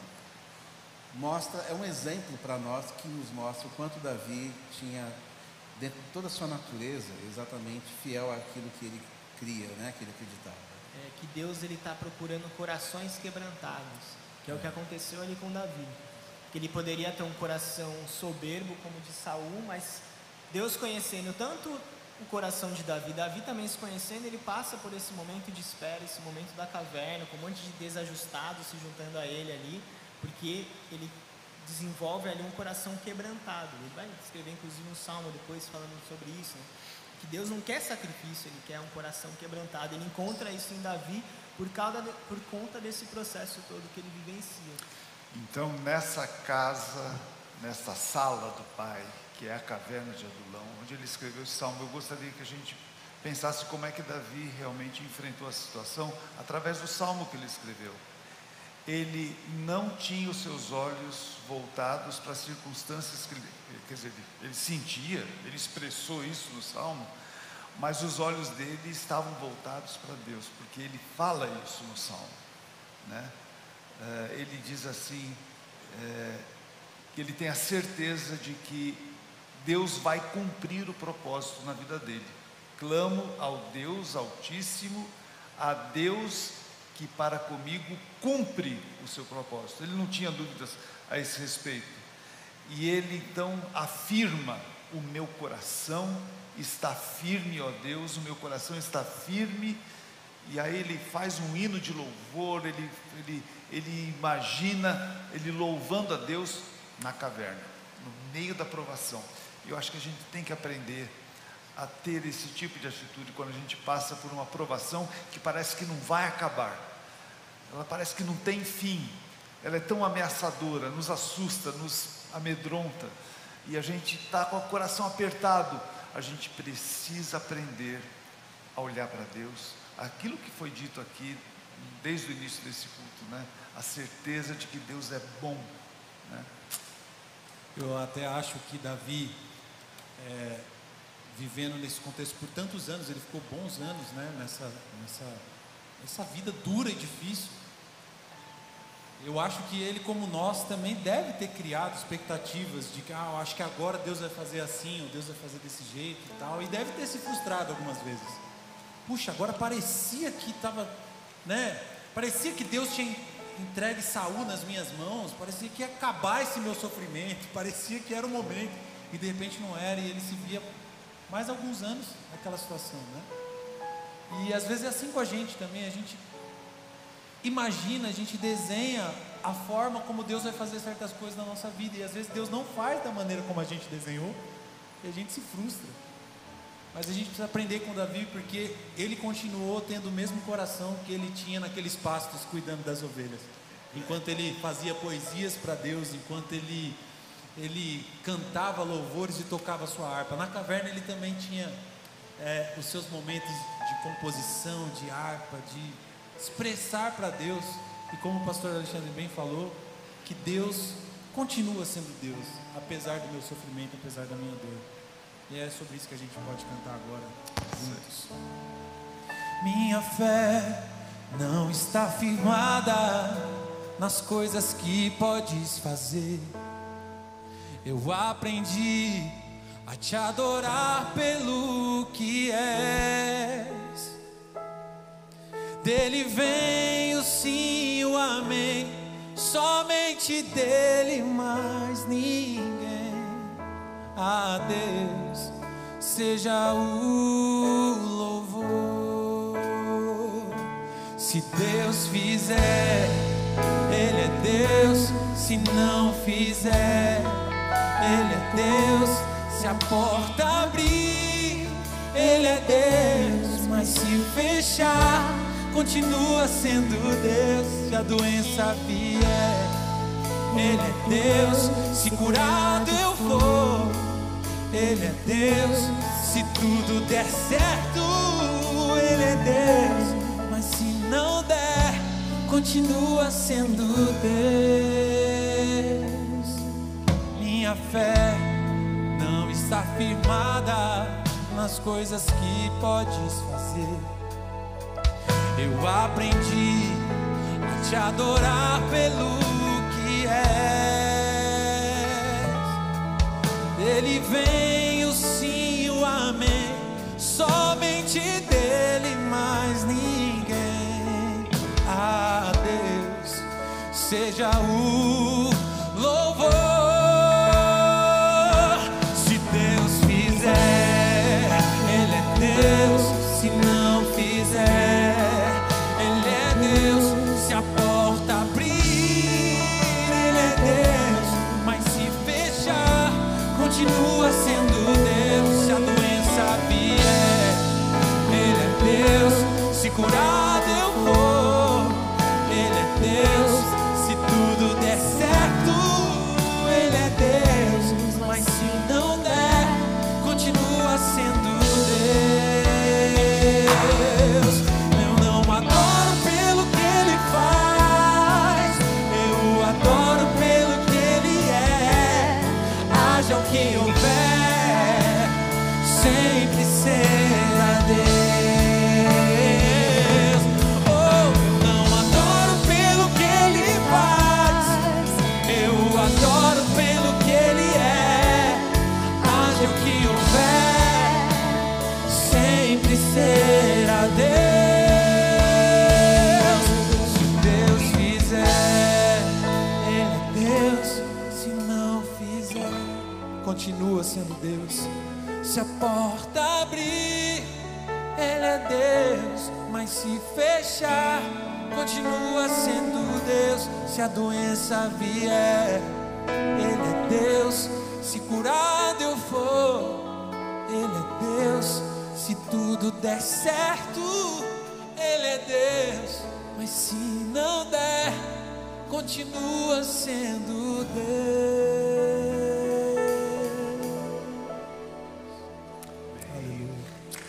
é um exemplo para nós, que nos mostra o quanto Davi tinha, dentro de toda a sua natureza, exatamente fiel àquilo que ele cria, né, que ele acreditava. Que Deus está procurando corações quebrantados, que é o que aconteceu ali com Davi. Que ele poderia ter um coração soberbo como de Saul, mas Deus conhecendo tanto o coração de Davi, Davi também se conhecendo, ele passa por esse momento de espera, esse momento da caverna, com um monte de desajustados se juntando a ele ali, porque ele desenvolve ali um coração quebrantado. Ele vai escrever inclusive um salmo depois falando sobre isso, né? Que Deus não quer sacrifício, Ele quer um coração quebrantado. Ele encontra isso em Davi por conta desse processo todo que ele vivencia. Então, nessa casa, nessa sala do Pai, que é a caverna de Adulão, onde ele escreveu esse salmo, eu gostaria que a gente pensasse como é que Davi realmente enfrentou a situação através do salmo que ele escreveu. Ele não tinha os seus olhos voltados para as circunstâncias que ele sentia, ele expressou isso no salmo, mas os olhos dele estavam voltados para Deus, porque ele fala isso no salmo, né? Ele diz assim, que ele tem a certeza de que Deus vai cumprir o propósito na vida dele. Clamo ao Deus Altíssimo, a Deus que para comigo cumpre o seu propósito. Ele não tinha dúvidas a esse respeito. E ele então afirma: o meu coração está firme, ó Deus, o meu coração está firme. E aí ele faz um hino de louvor, ele imagina ele louvando a Deus na caverna, no meio da provação. E eu acho que a gente tem que aprender a ter esse tipo de atitude quando a gente passa por uma provação que parece que não vai acabar, ela parece que não tem fim, ela é tão ameaçadora, nos assusta, nos amedronta, e a gente está com o coração apertado. A gente precisa aprender a olhar para Deus, aquilo que foi dito aqui desde o início desse culto, né? A certeza de que Deus é bom, né? Eu até acho que Davi, vivendo nesse contexto por tantos anos, ele ficou bons anos, né, nessa vida dura e difícil. Eu acho que ele, como nós, também deve ter criado expectativas de que, eu acho que agora Deus vai fazer assim, ou Deus vai fazer desse jeito e tal, e deve ter se frustrado algumas vezes. Puxa, agora parecia que estava, né, parecia que Deus tinha entregue Saul nas minhas mãos, parecia que ia acabar esse meu sofrimento, parecia que era o momento, e de repente não era, e ele se via mais alguns anos naquela situação, né? E às vezes é assim com a gente também, a gente imagina, a gente desenha a forma como Deus vai fazer certas coisas na nossa vida, e às vezes Deus não faz da maneira como a gente desenhou, e a gente se frustra. Mas a gente precisa aprender com Davi, porque ele continuou tendo o mesmo coração que ele tinha naqueles pastos cuidando das ovelhas, enquanto ele fazia poesias para Deus, enquanto ele cantava louvores e tocava a sua harpa. Na caverna ele também tinha os seus momentos de composição, de harpa, de expressar para Deus. E como o pastor Alexandre bem falou, que Deus continua sendo Deus, apesar do meu sofrimento, apesar da minha dor. E é sobre isso que a gente pode cantar agora juntos. Minha fé não está firmada nas coisas que podes fazer. Eu aprendi a te adorar pelo que és. Dele vem o sim e o amém, somente dele, mais ninguém. A Deus seja o louvor. Se Deus fizer, Ele é Deus. Se não fizer, Ele é Deus. Se a porta abrir, Ele é Deus, mas se fechar, continua sendo Deus. Se a doença vier, Ele é Deus. Se curado eu for, Ele é Deus. Se tudo der certo, Ele é Deus. Mas se não der, continua sendo Deus. Minha fé não está firmada nas coisas que podes fazer. Eu aprendi a te adorar pelo que és. Ele vem o sim e o amém, somente dele, mais ninguém. A Deus seja o louvor. Se Deus fizer, Ele é Deus. Se não fizer, Ele é Deus. Se a porta abrir, Ele é Deus. Mas se fechar, continua sendo Deus. Se a doença vier, Ele é Deus. Se curado eu for, Ele é Deus. Se tudo der certo, Ele é Deus. Mas se não der, continua sendo Deus. Eu não adoro pelo que Ele faz, eu adoro pelo que Ele é. Haja o que houver, sempre será Deus. Oh, eu não adoro pelo que Ele faz, eu adoro pelo que Ele é. Haja o que houver, sempre será Deus. Se Deus fizer, Ele é Deus. Se não fizer, continua sendo Deus. Se a porta abrir, Ele é Deus. Mas se fechar, continua sendo Deus. Se a doença vier, Ele é Deus. Se curado eu for, Ele é Deus. Se tudo der certo, Ele é Deus. Mas se não der, continua sendo Deus. Aleluia.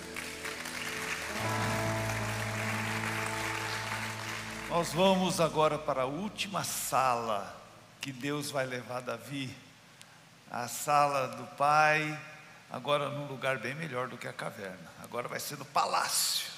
Nós vamos agora para a última sala que Deus vai levar Davi, a sala do Pai, agora num lugar bem melhor do que a caverna. Agora vai ser no palácio.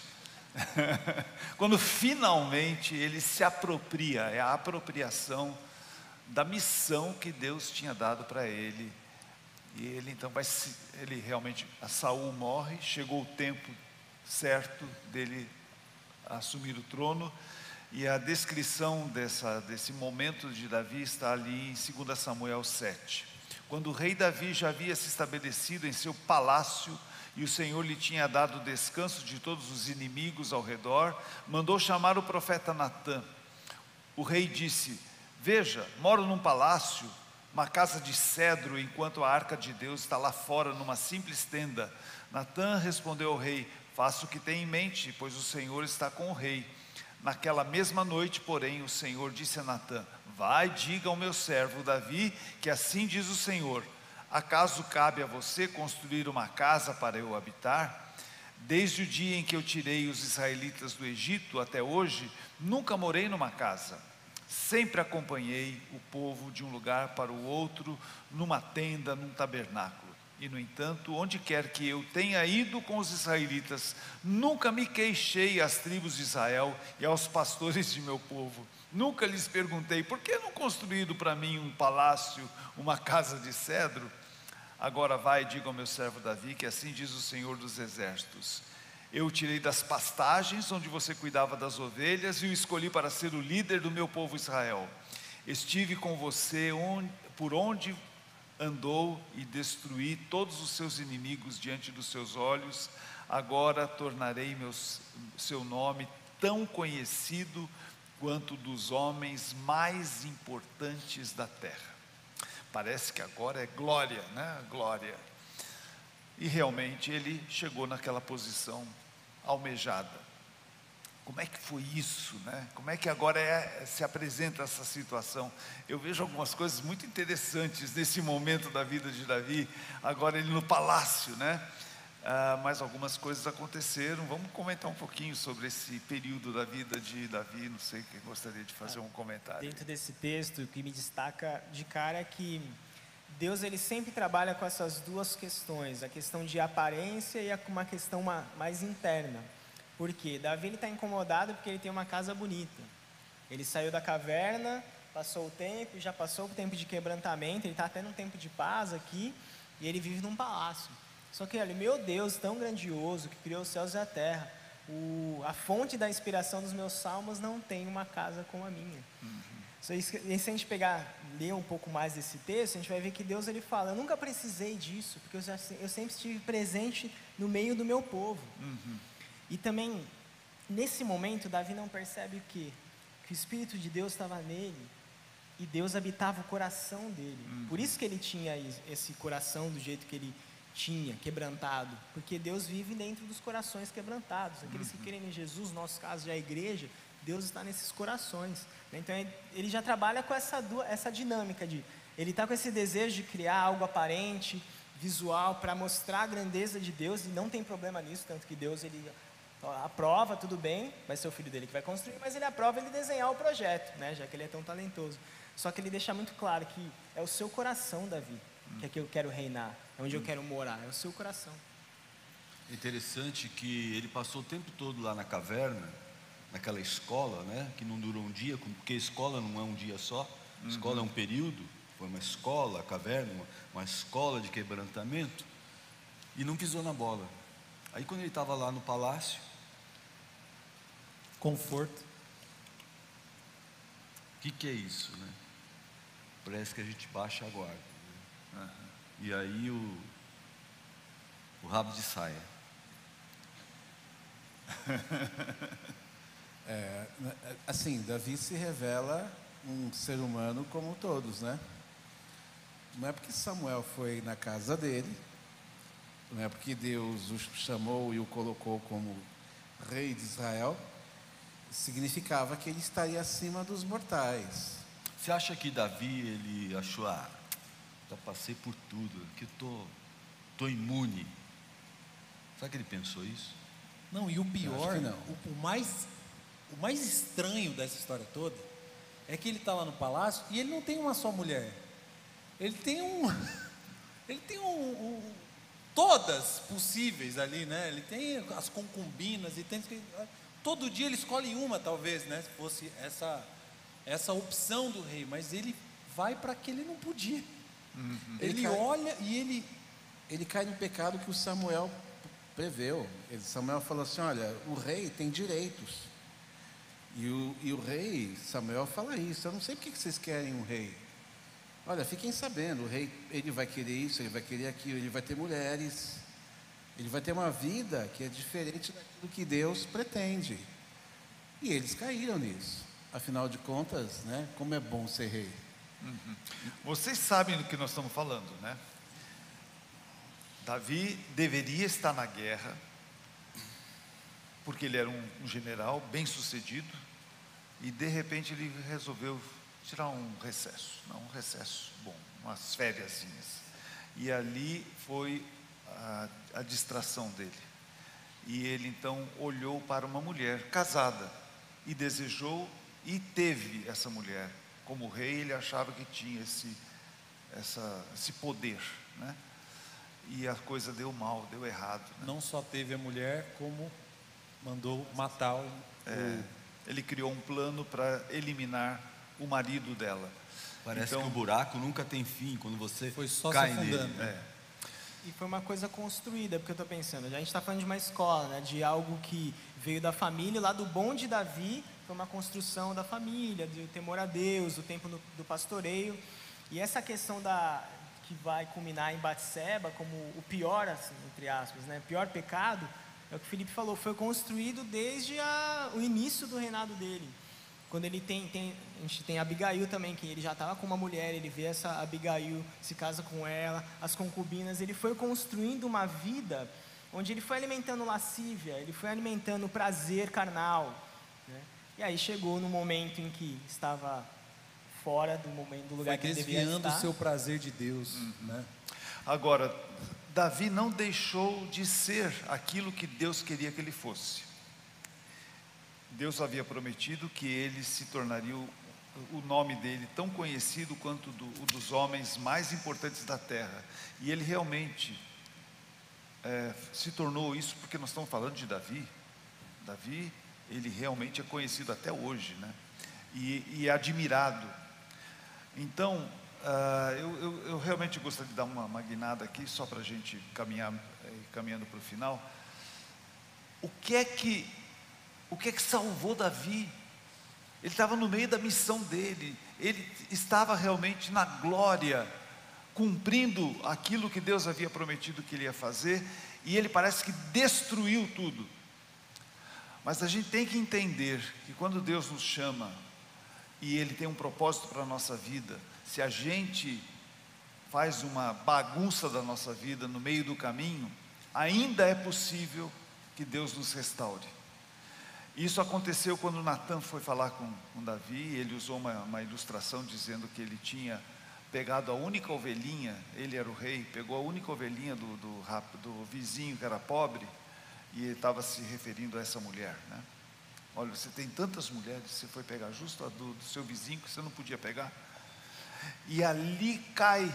Quando finalmente ele se apropria, é a apropriação da missão que Deus tinha dado para ele. E ele então ele realmente, a Saul morre, chegou o tempo certo dele assumir o trono. E a descrição desse momento de Davi está ali em 2 Samuel 7. Quando o rei Davi já havia se estabelecido em seu palácio e o Senhor lhe tinha dado descanso de todos os inimigos ao redor, mandou chamar o profeta Natã. O rei disse: veja, moro num palácio, uma casa de cedro, enquanto a arca de Deus está lá fora numa simples tenda. Natã respondeu ao rei: faça o que tem em mente, pois o Senhor está com o rei. Naquela mesma noite, porém, o Senhor disse a Natã: vai, diga ao meu servo Davi, que assim diz o Senhor: acaso cabe a você construir uma casa para eu habitar? Desde o dia em que eu tirei os israelitas do Egito até hoje, nunca morei numa casa. Sempre acompanhei o povo de um lugar para o outro, numa tenda, num tabernáculo. E no entanto, onde quer que eu tenha ido com os israelitas, nunca me queixei às tribos de Israel e aos pastores de meu povo. Nunca lhes perguntei: por que não construíram para mim um palácio, uma casa de cedro? Agora vai, diga ao meu servo Davi, que assim diz o Senhor dos Exércitos: eu o tirei das pastagens onde você cuidava das ovelhas e o escolhi para ser o líder do meu povo Israel. Estive com você por onde andou e destruí todos os seus inimigos diante dos seus olhos. Agora tornarei seu nome tão conhecido quanto dos homens mais importantes da terra. Parece que agora é glória, né? Glória. E realmente ele chegou naquela posição almejada. Como é que foi isso, né? Como é que agora se apresenta essa situação? Eu vejo algumas coisas muito interessantes nesse momento da vida de Davi, agora ele no palácio, né? Mas algumas coisas aconteceram. Vamos comentar um pouquinho sobre esse período da vida de Davi. Não sei quem gostaria de fazer um comentário. Dentro desse texto, o que me destaca de cara é que Deus ele sempre trabalha com essas duas questões, a questão de aparência e uma questão mais interna. Por quê? Davi está incomodado porque ele tem uma casa bonita. Ele saiu da caverna, passou o tempo, já passou o tempo de quebrantamento, ele está até num tempo de paz aqui, e ele vive num palácio. Só que, olha, meu Deus, tão grandioso, que criou os céus e a terra, a fonte da inspiração dos meus salmos não tem uma casa como a minha. E se a gente ler um pouco mais desse texto, a gente vai ver que Deus ele fala, eu nunca precisei disso, porque eu sempre estive presente no meio do meu povo. E também, nesse momento, Davi não percebe o quê? Que o Espírito de Deus estava nele, e Deus habitava o coração dele. Por isso que ele tinha esse coração do jeito que ele tinha, quebrantado, porque Deus vive dentro dos corações quebrantados. Aqueles que creem em Jesus, no nosso caso, já a igreja, Deus está nesses corações. Então ele já trabalha com essa dinâmica de, ele está com esse desejo de criar algo aparente, visual, para mostrar a grandeza de Deus, e não tem problema nisso, tanto que Deus ele aprova, tudo bem, vai ser o filho dele que vai construir, mas ele aprova ele desenhar o projeto, né, já que ele é tão talentoso. Só que ele deixa muito claro que é o seu coração, Davi, que é que eu quero reinar, é onde eu quero morar, é o seu coração. É interessante que ele passou o tempo todo lá na caverna, naquela escola, né, que não durou um dia, porque escola não é um dia só, escola é um período, foi uma escola, a caverna, uma escola de quebrantamento, e não pisou na bola. Aí quando ele estava lá no palácio, Conforto. o que é isso, né? Parece que a gente baixa a guarda, né? E aí o rabo de saia. Assim, Davi se revela um ser humano como todos, né? Não é porque Samuel foi na casa dele, não é porque Deus o chamou e o colocou como rei de Israel, significava que ele estaria acima dos mortais. Você acha que Davi, ele achou, já passei por tudo, que tô imune? Será que ele pensou isso? Não, e o pior, não. o mais estranho dessa história toda é que ele está lá no palácio e ele não tem uma só mulher. Ele tem todas possíveis ali, né? Ele tem as concubinas e tem todo dia ele escolhe uma, talvez, né? Se fosse essa opção do rei, mas ele vai para que ele não podia. Ele olha e ele cai no pecado que o Samuel preveu. Samuel falou assim, olha, o rei tem direitos. E o rei, Samuel fala isso, eu não sei porque que vocês querem um rei. Olha, fiquem sabendo, o rei, ele vai querer isso, ele vai querer aquilo, ele vai ter mulheres, ele vai ter uma vida que é diferente daquilo que Deus pretende. E eles caíram nisso. Afinal de contas, né, como é bom ser rei. Vocês sabem do que nós estamos falando, né? Davi deveria estar na guerra, porque ele era um general bem sucedido, e de repente ele resolveu tirar um recesso bom, umas fériasinhas, e ali foi a distração dele, e ele então olhou para uma mulher casada, e desejou, e teve essa mulher, como rei ele achava que tinha esse poder, né? E a coisa deu mal, deu errado, né? não só teve a mulher, como mandou matar Ele criou um plano para eliminar o marido dela. Parece que o buraco nunca tem fim, quando você Foi só cai se nele. afundando. E foi uma coisa construída, porque eu estou pensando, a gente está falando de uma escola, né, de algo que veio da família, lá do bom de Davi, foi uma construção da família, do temor a Deus, do tempo do pastoreio, e essa questão que vai culminar em Batseba como o pior, assim, entre aspas, né, pior pecado, é o que o Felipe falou, foi construído desde o início do reinado dele. Quando ele a gente tem Abigail também, que ele já estava com uma mulher, ele vê essa Abigail, se casa com ela, as concubinas, ele foi construindo uma vida onde ele foi alimentando lascívia, ele foi alimentando prazer carnal, né? E aí chegou no momento em que estava fora do lugar que ele devia desviando estar. o seu prazer de Deus, né? Agora, Davi não deixou de ser aquilo que Deus queria que ele fosse. Deus havia prometido que ele se tornaria o nome dele tão conhecido quanto o dos homens mais importantes da terra. E ele realmente se tornou isso, porque nós estamos falando de Davi. Davi, ele realmente é conhecido até hoje, né? E é admirado. Então, eu realmente gostaria de dar uma guinada aqui, só para a gente caminhando para o final. O que é que salvou Davi? Ele estava no meio da missão dele, ele estava realmente na glória, cumprindo aquilo que Deus havia prometido que ele ia fazer, e ele parece que destruiu tudo. Mas a gente tem que entender que quando Deus nos chama, e Ele tem um propósito para a nossa vida, se a gente faz uma bagunça da nossa vida no meio do caminho, ainda é possível que Deus nos restaure. Isso aconteceu quando Natan foi falar com Davi. Ele usou uma ilustração dizendo que ele tinha pegado a única ovelhinha, ele era o rei, pegou a única ovelhinha do vizinho que era pobre, e ele estava se referindo a essa mulher, né? Olha, você tem tantas mulheres, você foi pegar justo a do seu vizinho que você não podia pegar. E ali cai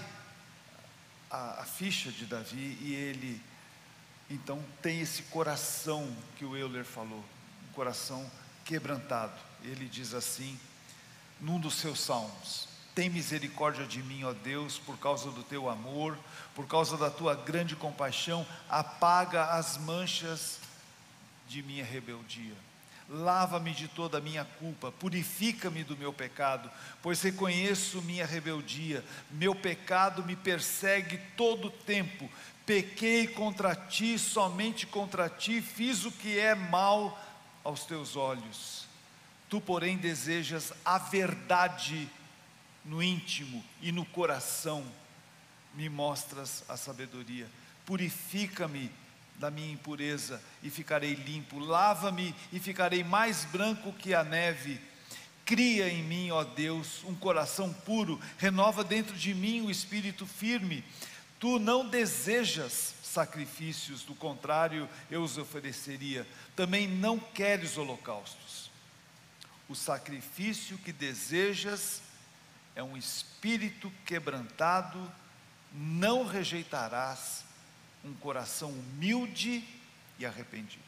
a ficha de Davi, e ele então tem esse coração que o Euler falou, um coração quebrantado. Ele diz assim, num dos seus salmos: tem misericórdia de mim, ó Deus, por causa do teu amor, por causa da tua grande compaixão, apaga as manchas de minha rebeldia. Lava-me de toda a minha culpa, purifica-me do meu pecado, pois reconheço minha rebeldia, meu pecado me persegue todo o tempo. Pequei contra ti, somente contra ti, fiz o que é mal aos teus olhos. Tu, porém, desejas a verdade no íntimo e no coração, me mostras a sabedoria. Purifica-me da minha impureza e ficarei limpo, lava-me e ficarei mais branco que a neve. Cria em mim, ó Deus, um coração puro, renova dentro de mim o espírito firme. Tu não desejas sacrifícios, do contrário eu os ofereceria. Também não queres holocaustos. O sacrifício que desejas é um espírito quebrantado, não rejeitarás um coração humilde e arrependido.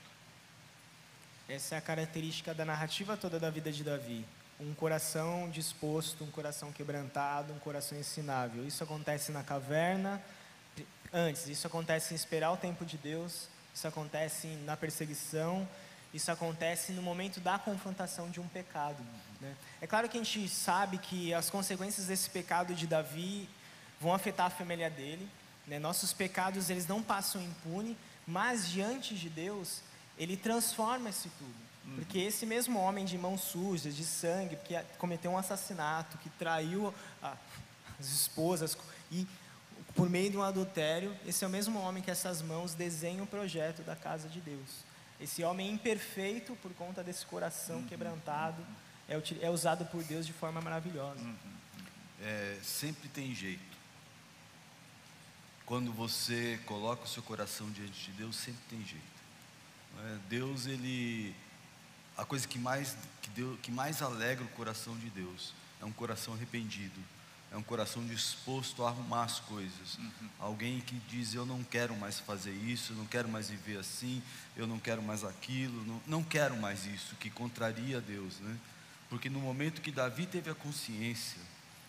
Essa é a característica da narrativa toda da vida de Davi. Um coração disposto, um coração quebrantado, um coração ensinável. Isso acontece na caverna, antes, isso acontece em esperar o tempo de Deus, isso acontece na perseguição, isso acontece no momento da confrontação de um pecado, né? É claro que a gente sabe que as consequências desse pecado de Davi vão afetar a família dele, né? Nossos pecados, eles não passam impune, mas diante de Deus, Ele transforma isso tudo. Porque esse mesmo homem de mãos sujas, de sangue, que cometeu um assassinato, que traiu as esposas, e por meio de um adultério, esse é o mesmo homem que essas mãos desenham o projeto da casa de Deus. Esse homem imperfeito, por conta desse coração quebrantado, é usado por Deus de forma maravilhosa. Sempre tem jeito. Quando você coloca o seu coração diante de Deus, sempre tem jeito. Deus, a coisa que mais alegra o coração de Deus é um coração arrependido, é um coração disposto a arrumar as coisas. Alguém que diz: eu não quero mais fazer isso, eu não quero mais viver assim, eu não quero mais aquilo, não quero mais isso, que contraria a Deus, né? Porque no momento que Davi teve a consciência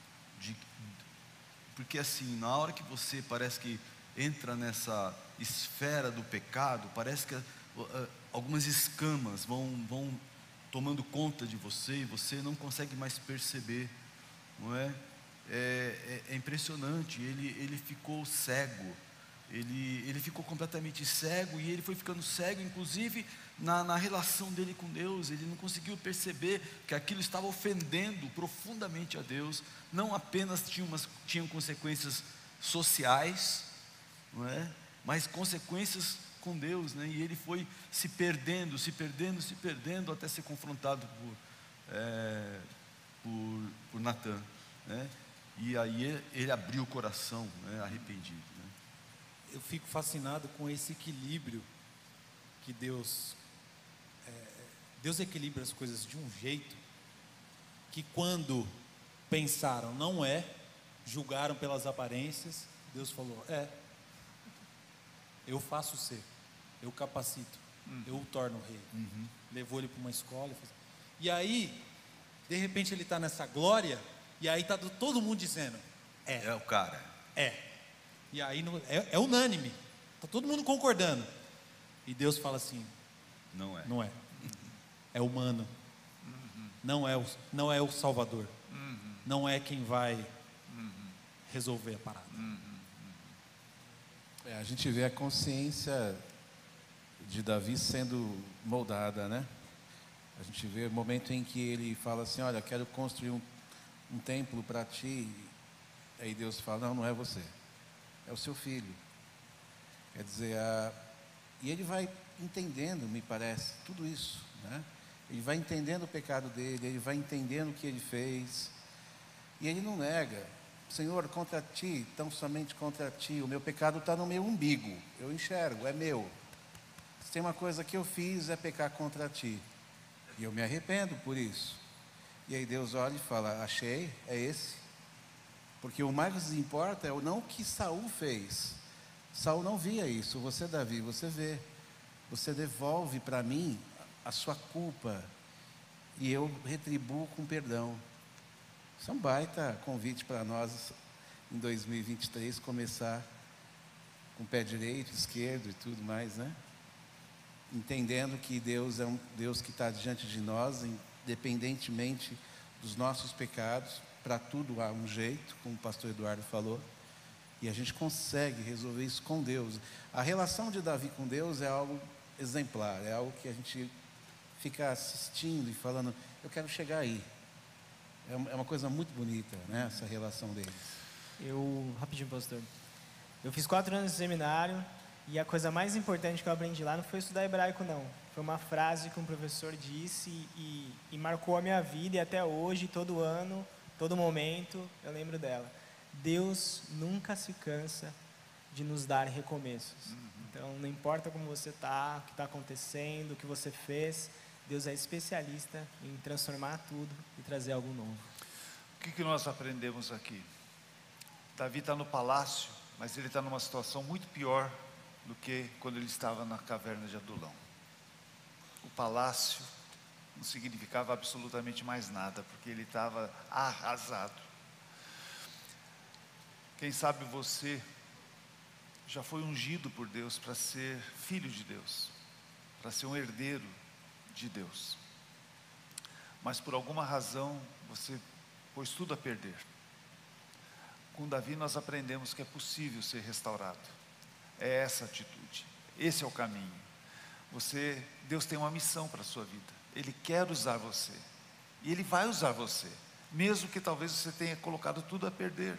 porque assim, na hora que você parece que entra nessa esfera do pecado, parece que algumas escamas vão tomando conta de você, e você não consegue mais perceber, não é? É impressionante. Ele ficou cego, Ele ficou completamente cego, e ele foi ficando cego, inclusive na relação dele com Deus. Ele não conseguiu perceber que aquilo estava ofendendo profundamente a Deus. Não apenas tinham consequências sociais, não é? Mas consequências com Deus, né? E ele foi se perdendo, até ser confrontado por Natã, né? E aí ele abriu o coração, né? Arrependido, né? Eu fico fascinado com esse equilíbrio que Deus equilibra as coisas de um jeito que, quando pensaram não é, julgaram pelas aparências, Deus falou: eu faço ser, eu capacito, eu o torno rei. Levou ele para uma escola, e aí de repente ele está nessa glória, e aí está todo mundo dizendo: é o cara. E aí é unânime, está todo mundo concordando, e Deus fala assim: não é, é humano, não é o Salvador, não é quem vai resolver a parada. A gente vê a consciência de Davi sendo moldada, né? A gente vê o momento em que ele fala assim: olha, quero construir um templo para ti. Aí Deus fala: não é você, é o seu filho. Quer dizer, e ele vai entendendo, me parece, tudo isso, né? Ele vai entendendo o pecado dele, ele vai entendendo o que ele fez, e ele não nega: Senhor, contra ti, tão somente contra ti, o meu pecado está no meu umbigo, eu enxergo, é meu. Se tem uma coisa que eu fiz, é pecar contra ti, e eu me arrependo por isso. E aí Deus olha e fala: achei, é esse. Porque o mais importa é não o que Saul fez. Saul não via isso, você, Davi, você vê. Você devolve para mim a sua culpa, e eu retribuo com perdão. Isso é um baita convite para nós, em 2023, começar com o pé direito, esquerdo e tudo mais, né? Entendendo que Deus é um Deus que está diante de nós, independentemente dos nossos pecados. Para tudo há um jeito, como o pastor Eduardo falou, e a gente consegue resolver isso com Deus. A relação de Davi com Deus é algo exemplar, é algo que a gente fica assistindo e falando: eu quero chegar aí. É uma coisa muito bonita, né, essa relação deles. Rapidinho, pastor. Eu fiz 4 anos de seminário, e a coisa mais importante que eu aprendi lá não foi estudar hebraico, não. Foi uma frase que um professor disse e marcou a minha vida, e até hoje, todo ano, todo momento, eu lembro dela. Deus nunca se cansa de nos dar recomeços. Então, não importa como você está, o que está acontecendo, o que você fez, Deus é especialista em transformar tudo e trazer algo novo. O que nós aprendemos aqui? Davi está no palácio, mas ele está numa situação muito pior do que quando ele estava na caverna de Adulão. O palácio não significava absolutamente mais nada, porque ele estava arrasado. Quem sabe você já foi ungido por Deus para ser filho de Deus, para ser um herdeiro de Deus, mas por alguma razão você pôs tudo a perder. Com Davi nós aprendemos que é possível ser restaurado. É essa atitude, esse é o caminho. Deus tem uma missão para a sua vida. Ele quer usar você, e Ele vai usar você, mesmo que talvez você tenha colocado tudo a perder.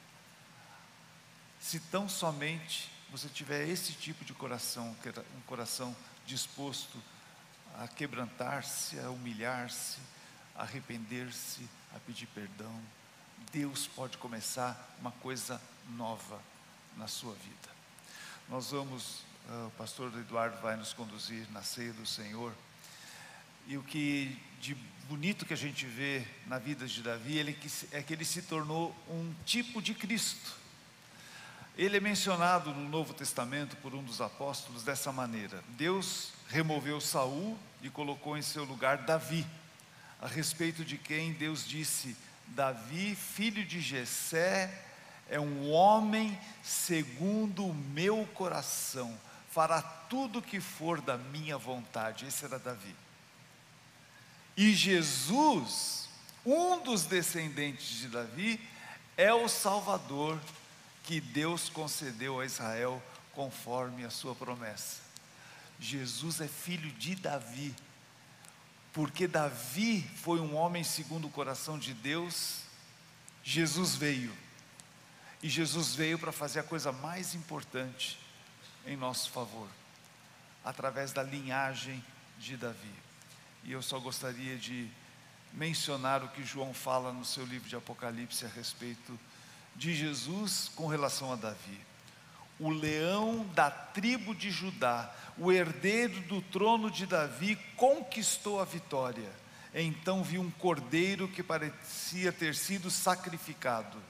Se tão somente você tiver esse tipo de coração, um coração disposto a quebrantar-se, a humilhar-se, a arrepender-se, a pedir perdão, Deus pode começar uma coisa nova na sua vida. Nós vamos, o pastor Eduardo vai nos conduzir na ceia do Senhor, e o que de bonito que a gente vê na vida de Davi é que ele se tornou um tipo de Cristo. Ele é mencionado no Novo Testamento por um dos apóstolos dessa maneira: Deus removeu Saul e colocou em seu lugar Davi, a respeito de quem Deus disse: Davi, filho de Jessé, é um homem segundo o meu coração, fará tudo o que for da minha vontade. Esse era Davi. E Jesus, um dos descendentes de Davi, é o Salvador que Deus concedeu a Israel conforme a sua promessa. Jesus é filho de Davi, porque Davi foi um homem segundo o coração de Deus. Jesus veio, e Jesus veio para fazer a coisa mais importante em nosso favor, através da linhagem de Davi. E eu só gostaria de mencionar o que João fala no seu livro de Apocalipse a respeito de Jesus com relação a Davi. O leão da tribo de Judá, o herdeiro do trono de Davi, conquistou a vitória. Então vi um cordeiro que parecia ter sido sacrificado,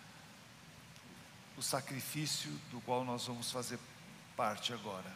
o sacrifício do qual nós vamos fazer parte agora.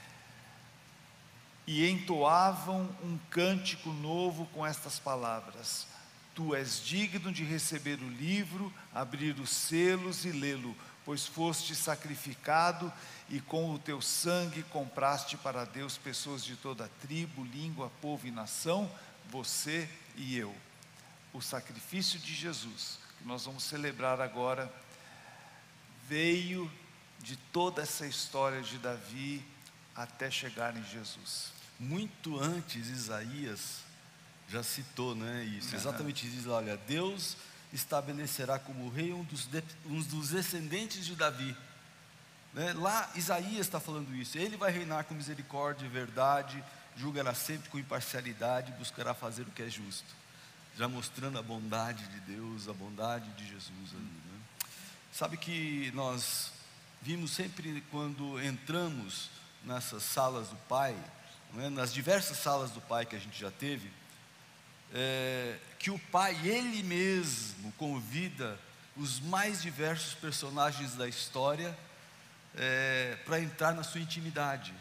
E entoavam um cântico novo com estas palavras: Tu és digno de receber o livro, abrir os selos e lê-lo, pois foste sacrificado e com o teu sangue compraste para Deus pessoas de toda tribo, língua, povo e nação, você e eu. O sacrifício de Jesus, que nós vamos celebrar agora, veio de toda essa história de Davi até chegar em Jesus. Muito antes, Isaías já citou, né, isso. Exatamente, diz: olha, Deus estabelecerá como rei um dos descendentes de Davi. Né? Lá Isaías está falando isso. Ele vai reinar com misericórdia e verdade, julgará sempre com imparcialidade, buscará fazer o que é justo. Já mostrando a bondade de Deus, a bondade de Jesus ali, né? Sabe que nós vimos sempre quando entramos nessas salas do Pai, né, nas diversas salas do Pai que a gente já teve, que o Pai, Ele mesmo, convida os mais diversos personagens da história para entrar na sua intimidade,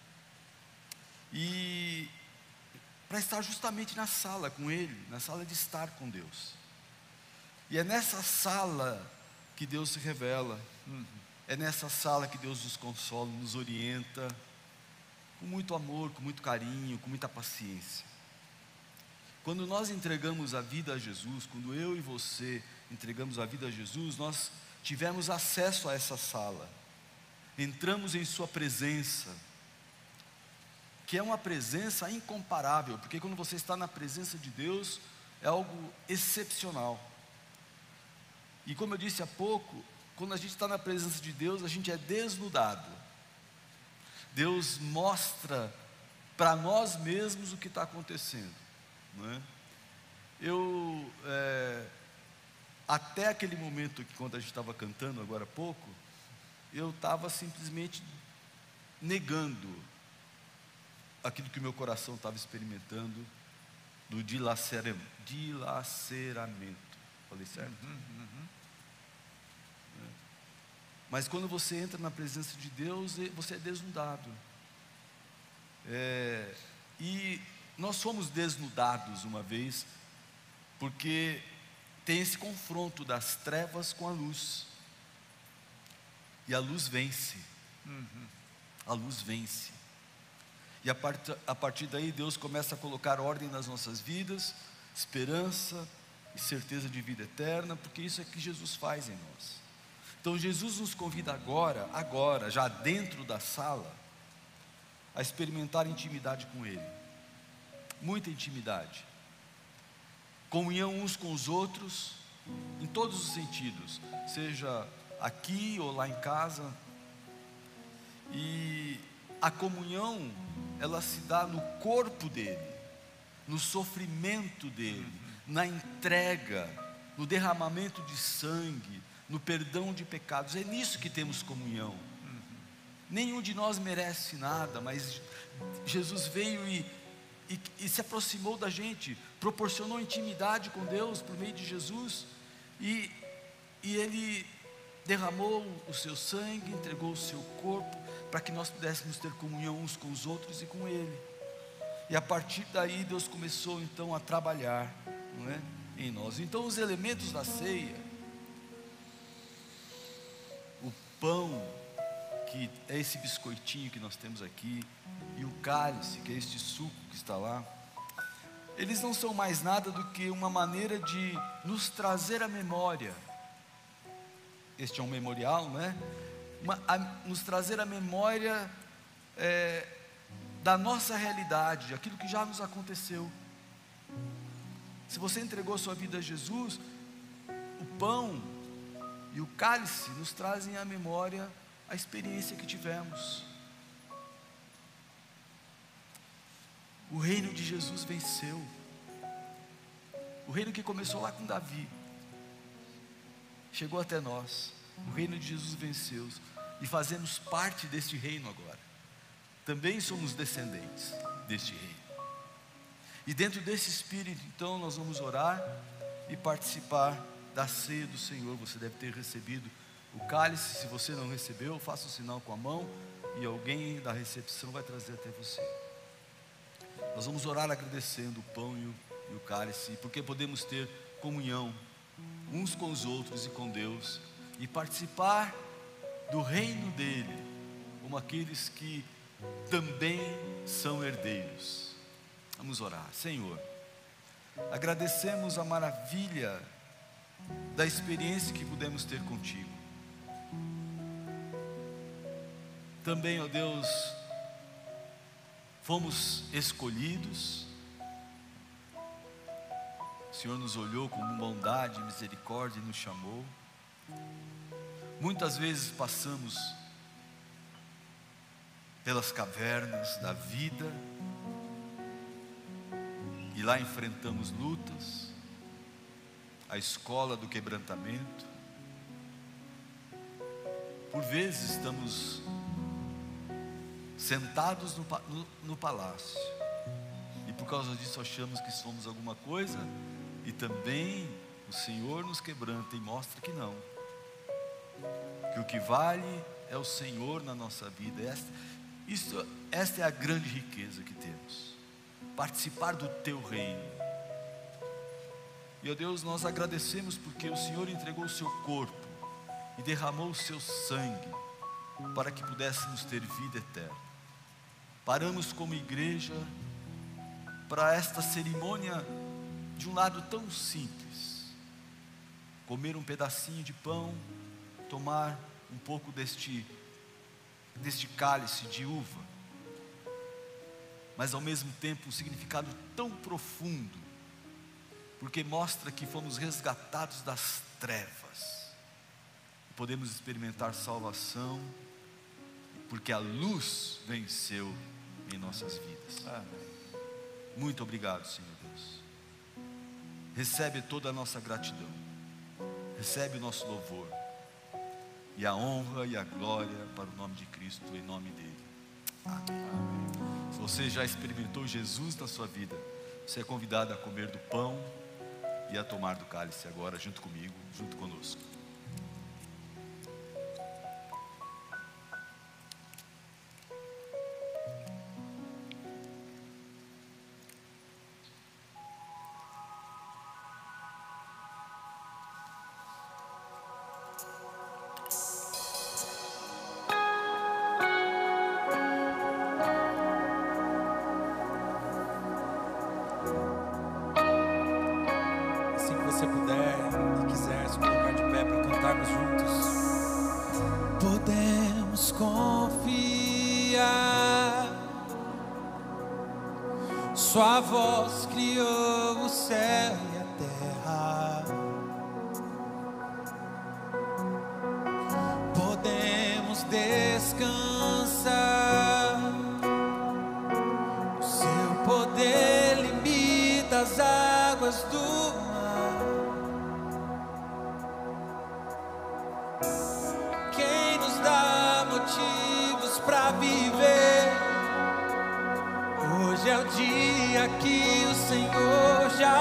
e para estar justamente na sala com Ele, na sala de estar com Deus. E é nessa sala que Deus se revela, é nessa sala que Deus nos consola, nos orienta, com muito amor, com muito carinho, com muita paciência. Quando nós entregamos a vida a Jesus, quando eu e você entregamos a vida a Jesus, nós tivemos acesso a essa sala, entramos em sua presença, que é uma presença incomparável, porque quando você está na presença de Deus, é algo excepcional. E como eu disse há pouco, quando a gente está na presença de Deus, a gente é desnudado. Deus mostra para nós mesmos o que está acontecendo, não é? Até aquele momento que, quando a gente estava cantando agora há pouco, eu estava simplesmente negando aquilo que o meu coração estava experimentando, do dilaceramento. Falei certo? Mas quando você entra na presença de Deus, você é desnudado. E nós fomos desnudados uma vez, porque tem esse confronto das trevas com a luz. E a luz vence. A luz vence. E a partir daí Deus começa a colocar ordem nas nossas vidas, esperança e certeza de vida eterna, porque isso é que Jesus faz em nós. Então Jesus nos convida agora, já dentro da sala, a experimentar intimidade com Ele. Muita intimidade. Comunhão uns com os outros, em todos os sentidos, seja aqui ou lá em casa. E a comunhão, ela se dá no corpo dele, no sofrimento dele, na entrega, no derramamento de sangue, no perdão de pecados. É nisso que temos comunhão. Nenhum de nós merece nada, mas Jesus veio e se aproximou da gente, proporcionou intimidade com Deus por meio de Jesus, e Ele derramou o seu sangue, entregou o seu corpo, para que nós pudéssemos ter comunhão uns com os outros e com Ele. E a partir daí Deus começou então a trabalhar, não é, em nós. Então os elementos da ceia, o pão, que é esse biscoitinho que nós temos aqui, e o cálice, que é este suco que está lá, eles não são mais nada do que uma maneira de nos trazer à memória. Este é um memorial, não é? nos trazer a memória da nossa realidade, aquilo que já nos aconteceu. Se você entregou sua vida a Jesus, o pão e o cálice nos trazem à memória a experiência que tivemos. O reino de Jesus venceu. O reino que começou lá com Davi chegou até nós. O reino de Jesus venceu e fazemos parte deste reino agora. Também somos descendentes deste reino. E dentro desse espírito, então, nós vamos orar e participar da ceia do Senhor. Você deve ter recebido o cálice. Se você não recebeu, faça o sinal com a mão e alguém da recepção vai trazer até você. Nós vamos orar agradecendo o pão e o cálice, porque podemos ter comunhão uns com os outros e com Deus, e participar do reino dele, como aqueles que também são herdeiros. Vamos orar. Senhor, agradecemos a maravilha da experiência que pudemos ter contigo. Também, ó Deus, fomos escolhidos. O Senhor nos olhou com bondade e misericórdia e nos chamou. Muitas vezes passamos pelas cavernas da vida e lá enfrentamos lutas, a escola do quebrantamento. Por vezes estamos sentados no palácio e por causa disso achamos que somos alguma coisa, e também o Senhor nos quebranta e mostra que não, que o que vale é o Senhor na nossa vida. Esta é a grande riqueza que temos, participar do teu reino. E ó Deus, nós agradecemos porque o Senhor entregou o seu corpo e derramou o seu sangue para que pudéssemos ter vida eterna. Paramos como igreja para esta cerimônia de um lado tão simples: comer um pedacinho de pão, tomar um pouco deste cálice de uva, mas ao mesmo tempo um significado tão profundo, porque mostra que fomos resgatados das trevas, podemos experimentar salvação, porque a luz venceu em nossas vidas. Amém. Muito obrigado, Senhor Deus. Recebe toda a nossa gratidão, recebe o nosso louvor e a honra e a glória para o nome de Cristo, em nome dele. Amém. Amém. Se você já experimentou Jesus na sua vida, você é convidado a comer do pão e a tomar do cálice agora, junto comigo, junto conosco. Se puder e quiser se colocar de pé para cantarmos juntos. Podemos confiar, sua voz criou o céu e a terra. Podemos descansar, o seu poder limita as águas do para viver. Hoje é o dia que o Senhor já